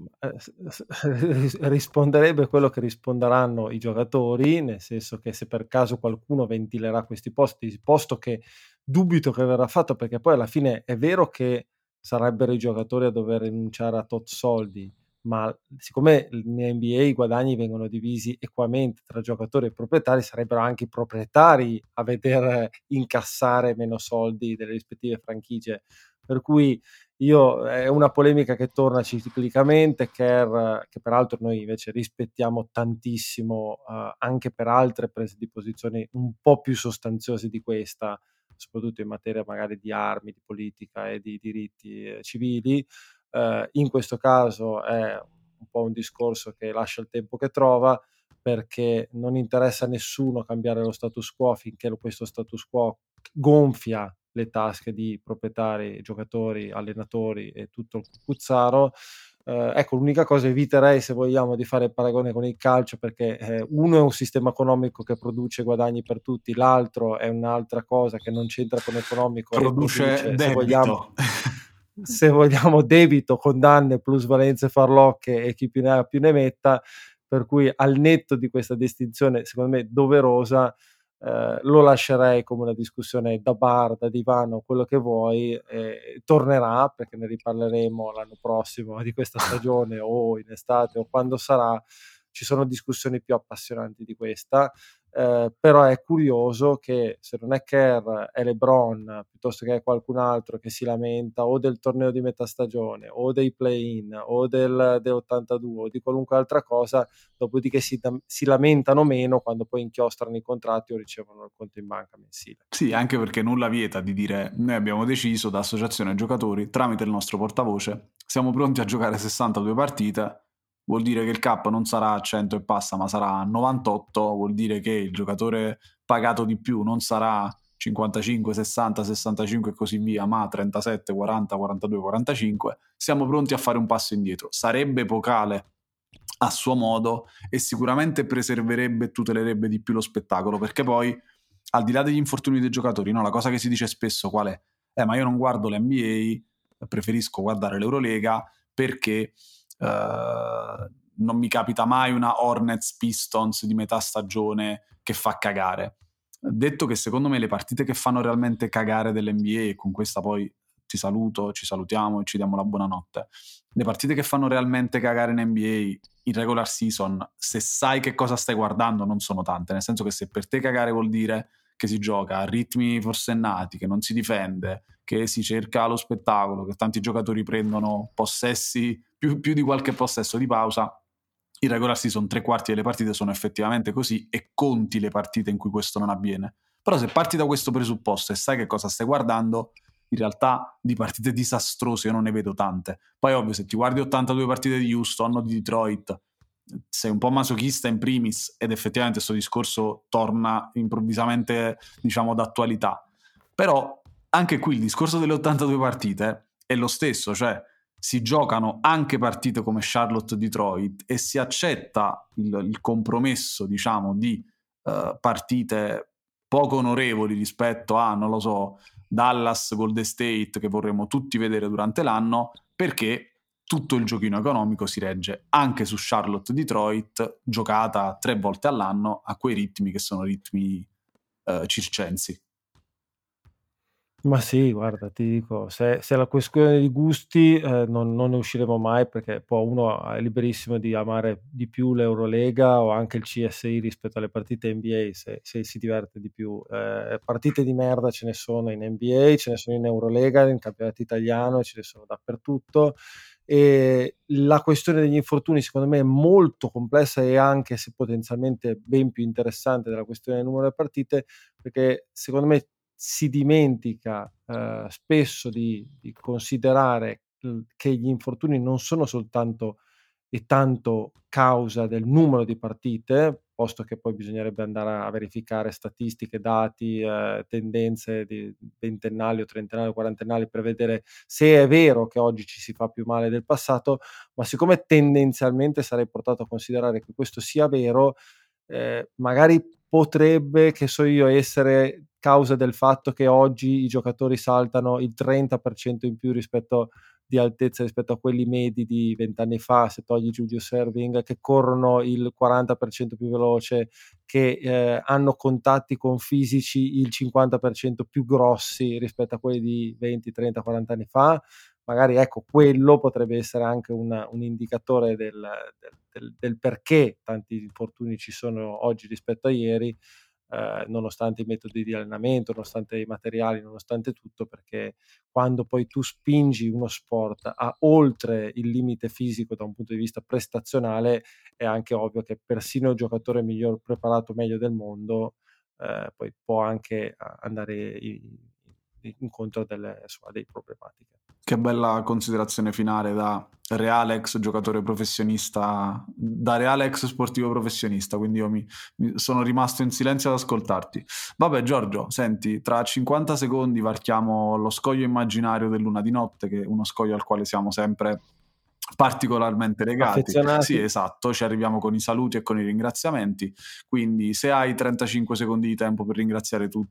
Risponderebbe quello che risponderanno i giocatori, nel senso che se per caso qualcuno ventilerà questi posti, posto che dubito che verrà fatto, perché poi alla fine è vero che sarebbero i giocatori a dover rinunciare a tot soldi, ma siccome in N B A i guadagni vengono divisi equamente tra giocatori e proprietari, sarebbero anche i proprietari a vedere incassare meno soldi delle rispettive franchigie, per cui io è una polemica che torna ciclicamente, che, che peraltro noi invece rispettiamo tantissimo, uh, anche per altre prese di posizione un po' più sostanziose di questa, soprattutto in materia magari di armi, di politica e di diritti eh, civili. Uh, in questo caso è un po' un discorso che lascia il tempo che trova, perché non interessa a nessuno cambiare lo status quo finché questo status quo gonfia le tasche di proprietari, giocatori, allenatori e tutto il cucuzzaro. Eh, ecco, l'unica cosa eviterei, se vogliamo, di fare il paragone con il calcio, perché eh, uno è un sistema economico che produce guadagni per tutti, l'altro è un'altra cosa che non c'entra con economico, produce, produce debito. Se vogliamo, se vogliamo debito, condanne, plusvalenze farlocche e chi più ne ha più ne metta, per cui al netto di questa distinzione secondo me doverosa, eh, lo lascerei come una discussione da bar, da divano, quello che vuoi, eh, tornerà perché ne riparleremo l'anno prossimo di questa stagione o in estate o quando sarà, ci sono discussioni più appassionanti di questa. Eh, però è curioso che se non è Kerr è LeBron piuttosto che qualcun altro che si lamenta o del torneo di metà stagione o dei play-in o del, dell'ottantadue o di qualunque altra cosa, dopodiché si, si lamentano meno quando poi inchiostrano i contratti o ricevono il conto in banca mensile. Sì, anche perché nulla vieta di dire noi abbiamo deciso da associazione giocatori tramite il nostro portavoce siamo pronti a giocare sessantadue partite. Vuol dire che il cap non sarà a cento e passa ma sarà a novantotto, vuol dire che il giocatore pagato di più non sarà cinquantacinque, sessanta, sessantacinque e così via, ma trentasette, quaranta, quarantadue, quarantacinque. Siamo pronti a fare un passo indietro. Sarebbe epocale a suo modo e sicuramente preserverebbe e tutelerebbe di più lo spettacolo, perché poi al di là degli infortuni dei giocatori, no, la cosa che si dice spesso qual è? Eh, ma io non guardo l'N B A, preferisco guardare l'Eurolega perché Uh, non mi capita mai una Hornets Pistons di metà stagione che fa cagare. Detto che secondo me le partite che fanno realmente cagare dell'N B A, e con questa poi ti saluto, ci salutiamo e ci diamo la buonanotte, le partite che fanno realmente cagare in N B A in regular season, se sai che cosa stai guardando, non sono tante, nel senso che se per te cagare vuol dire che si gioca a ritmi forsennati, che non si difende, che si cerca lo spettacolo, che tanti giocatori prendono possessi, più, più di qualche possesso di pausa, in regular season tre quarti delle partite sono effettivamente così e conti le partite in cui questo non avviene. Però se parti da questo presupposto e sai che cosa stai guardando, in realtà di partite disastrose io non ne vedo tante. Poi ovvio, se ti guardi ottantadue partite di Houston o di Detroit, sei un po' masochista in primis ed effettivamente questo discorso torna improvvisamente, diciamo, d'attualità. Però anche qui il discorso delle ottantadue partite è lo stesso, cioè si giocano anche partite come Charlotte-Detroit e si accetta il, il compromesso, diciamo, di uh, partite poco onorevoli rispetto a, non lo so, Dallas-Golden State che vorremmo tutti vedere durante l'anno, perché tutto il giochino economico si regge anche su Charlotte-Detroit, giocata tre volte all'anno a quei ritmi che sono ritmi uh, circensi. Ma sì, guarda, ti dico, se, se è la questione di gusti eh, non, non ne usciremo mai, perché poi uno è liberissimo di amare di più l'Eurolega o anche il C S I rispetto alle partite N B A se, se si diverte di più. Eh, partite di merda ce ne sono in N B A, ce ne sono in Eurolega, in campionato italiano, ce ne sono dappertutto. E la questione degli infortuni secondo me è molto complessa e anche se potenzialmente ben più interessante della questione del numero delle partite, perché secondo me si dimentica eh, spesso di, di considerare che gli infortuni non sono soltanto e tanto causa del numero di partite, posto che poi bisognerebbe andare a verificare statistiche, dati, eh, tendenze di ventennali o trentennali o quarantennali per vedere se è vero che oggi ci si fa più male del passato, ma siccome tendenzialmente sarei portato a considerare che questo sia vero, eh, magari potrebbe, che so io, essere causa del fatto che oggi i giocatori saltano il trenta per cento in più rispetto di altezza rispetto a quelli medi di vent'anni fa, se togli Julius Erving, che corrono il quaranta per cento più veloce, che eh, hanno contatti con fisici il cinquanta per cento più grossi rispetto a quelli di venti, trenta, quaranta anni fa. Magari ecco, quello potrebbe essere anche una, un indicatore del, del, del, del perché tanti infortuni ci sono oggi rispetto a ieri, eh, nonostante i metodi di allenamento, nonostante i materiali, nonostante tutto, perché quando poi tu spingi uno sport a oltre il limite fisico da un punto di vista prestazionale, è anche ovvio che persino il giocatore miglior preparato meglio del mondo eh, poi può anche andare in, incontro a delle, insomma, delle problematiche. Che bella considerazione finale da reale ex giocatore professionista, da reale ex sportivo professionista, quindi io mi, mi sono rimasto in silenzio ad ascoltarti. Vabbè Giorgio, senti, tra cinquanta secondi varchiamo lo scoglio immaginario del Luna di Notte, che è uno scoglio al quale siamo sempre particolarmente legati. Affezionati. Sì, esatto, ci arriviamo con i saluti e con i ringraziamenti, quindi se hai trentacinque secondi di tempo per ringraziare tutti,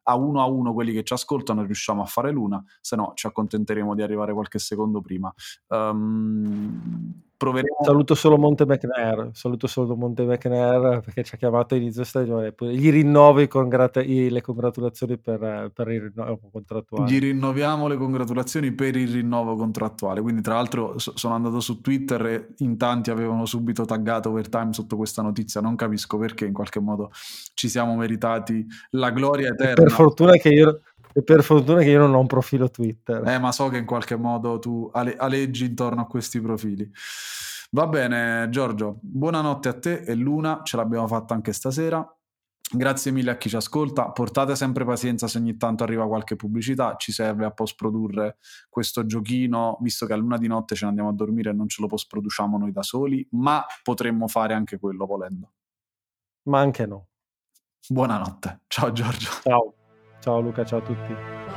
a uno a uno quelli che ci ascoltano riusciamo a fare l'una, se no ci accontenteremo di arrivare qualche secondo prima. Um, proveremo... Saluto solo Monte McNair, saluto solo Monte McNair perché ci ha chiamato a inizio stagione, gli rinnovi congrata- le congratulazioni per, per il rinnovo contrattuale. Gli rinnoviamo le congratulazioni per il rinnovo contrattuale, quindi tra l'altro so- sono andato su Twitter e in tanti avevano subito taggato Overtime sotto questa notizia, non capisco perché, in qualche modo ci siamo meritati la gloria eterna. E per fortuna che io... E per fortuna che io non ho un profilo Twitter. Eh, ma so che in qualche modo tu ale- aleggi intorno a questi profili. Va bene, Giorgio, buonanotte a te e Luna, ce l'abbiamo fatta anche stasera. Grazie mille a chi ci ascolta, portate sempre pazienza se ogni tanto arriva qualche pubblicità, ci serve a post-produrre questo giochino, visto che a luna di notte ce ne andiamo a dormire e non ce lo post-produciamo noi da soli, ma potremmo fare anche quello volendo. Ma anche no. Buonanotte, ciao Giorgio. Ciao, ciao Luca, ciao a tutti.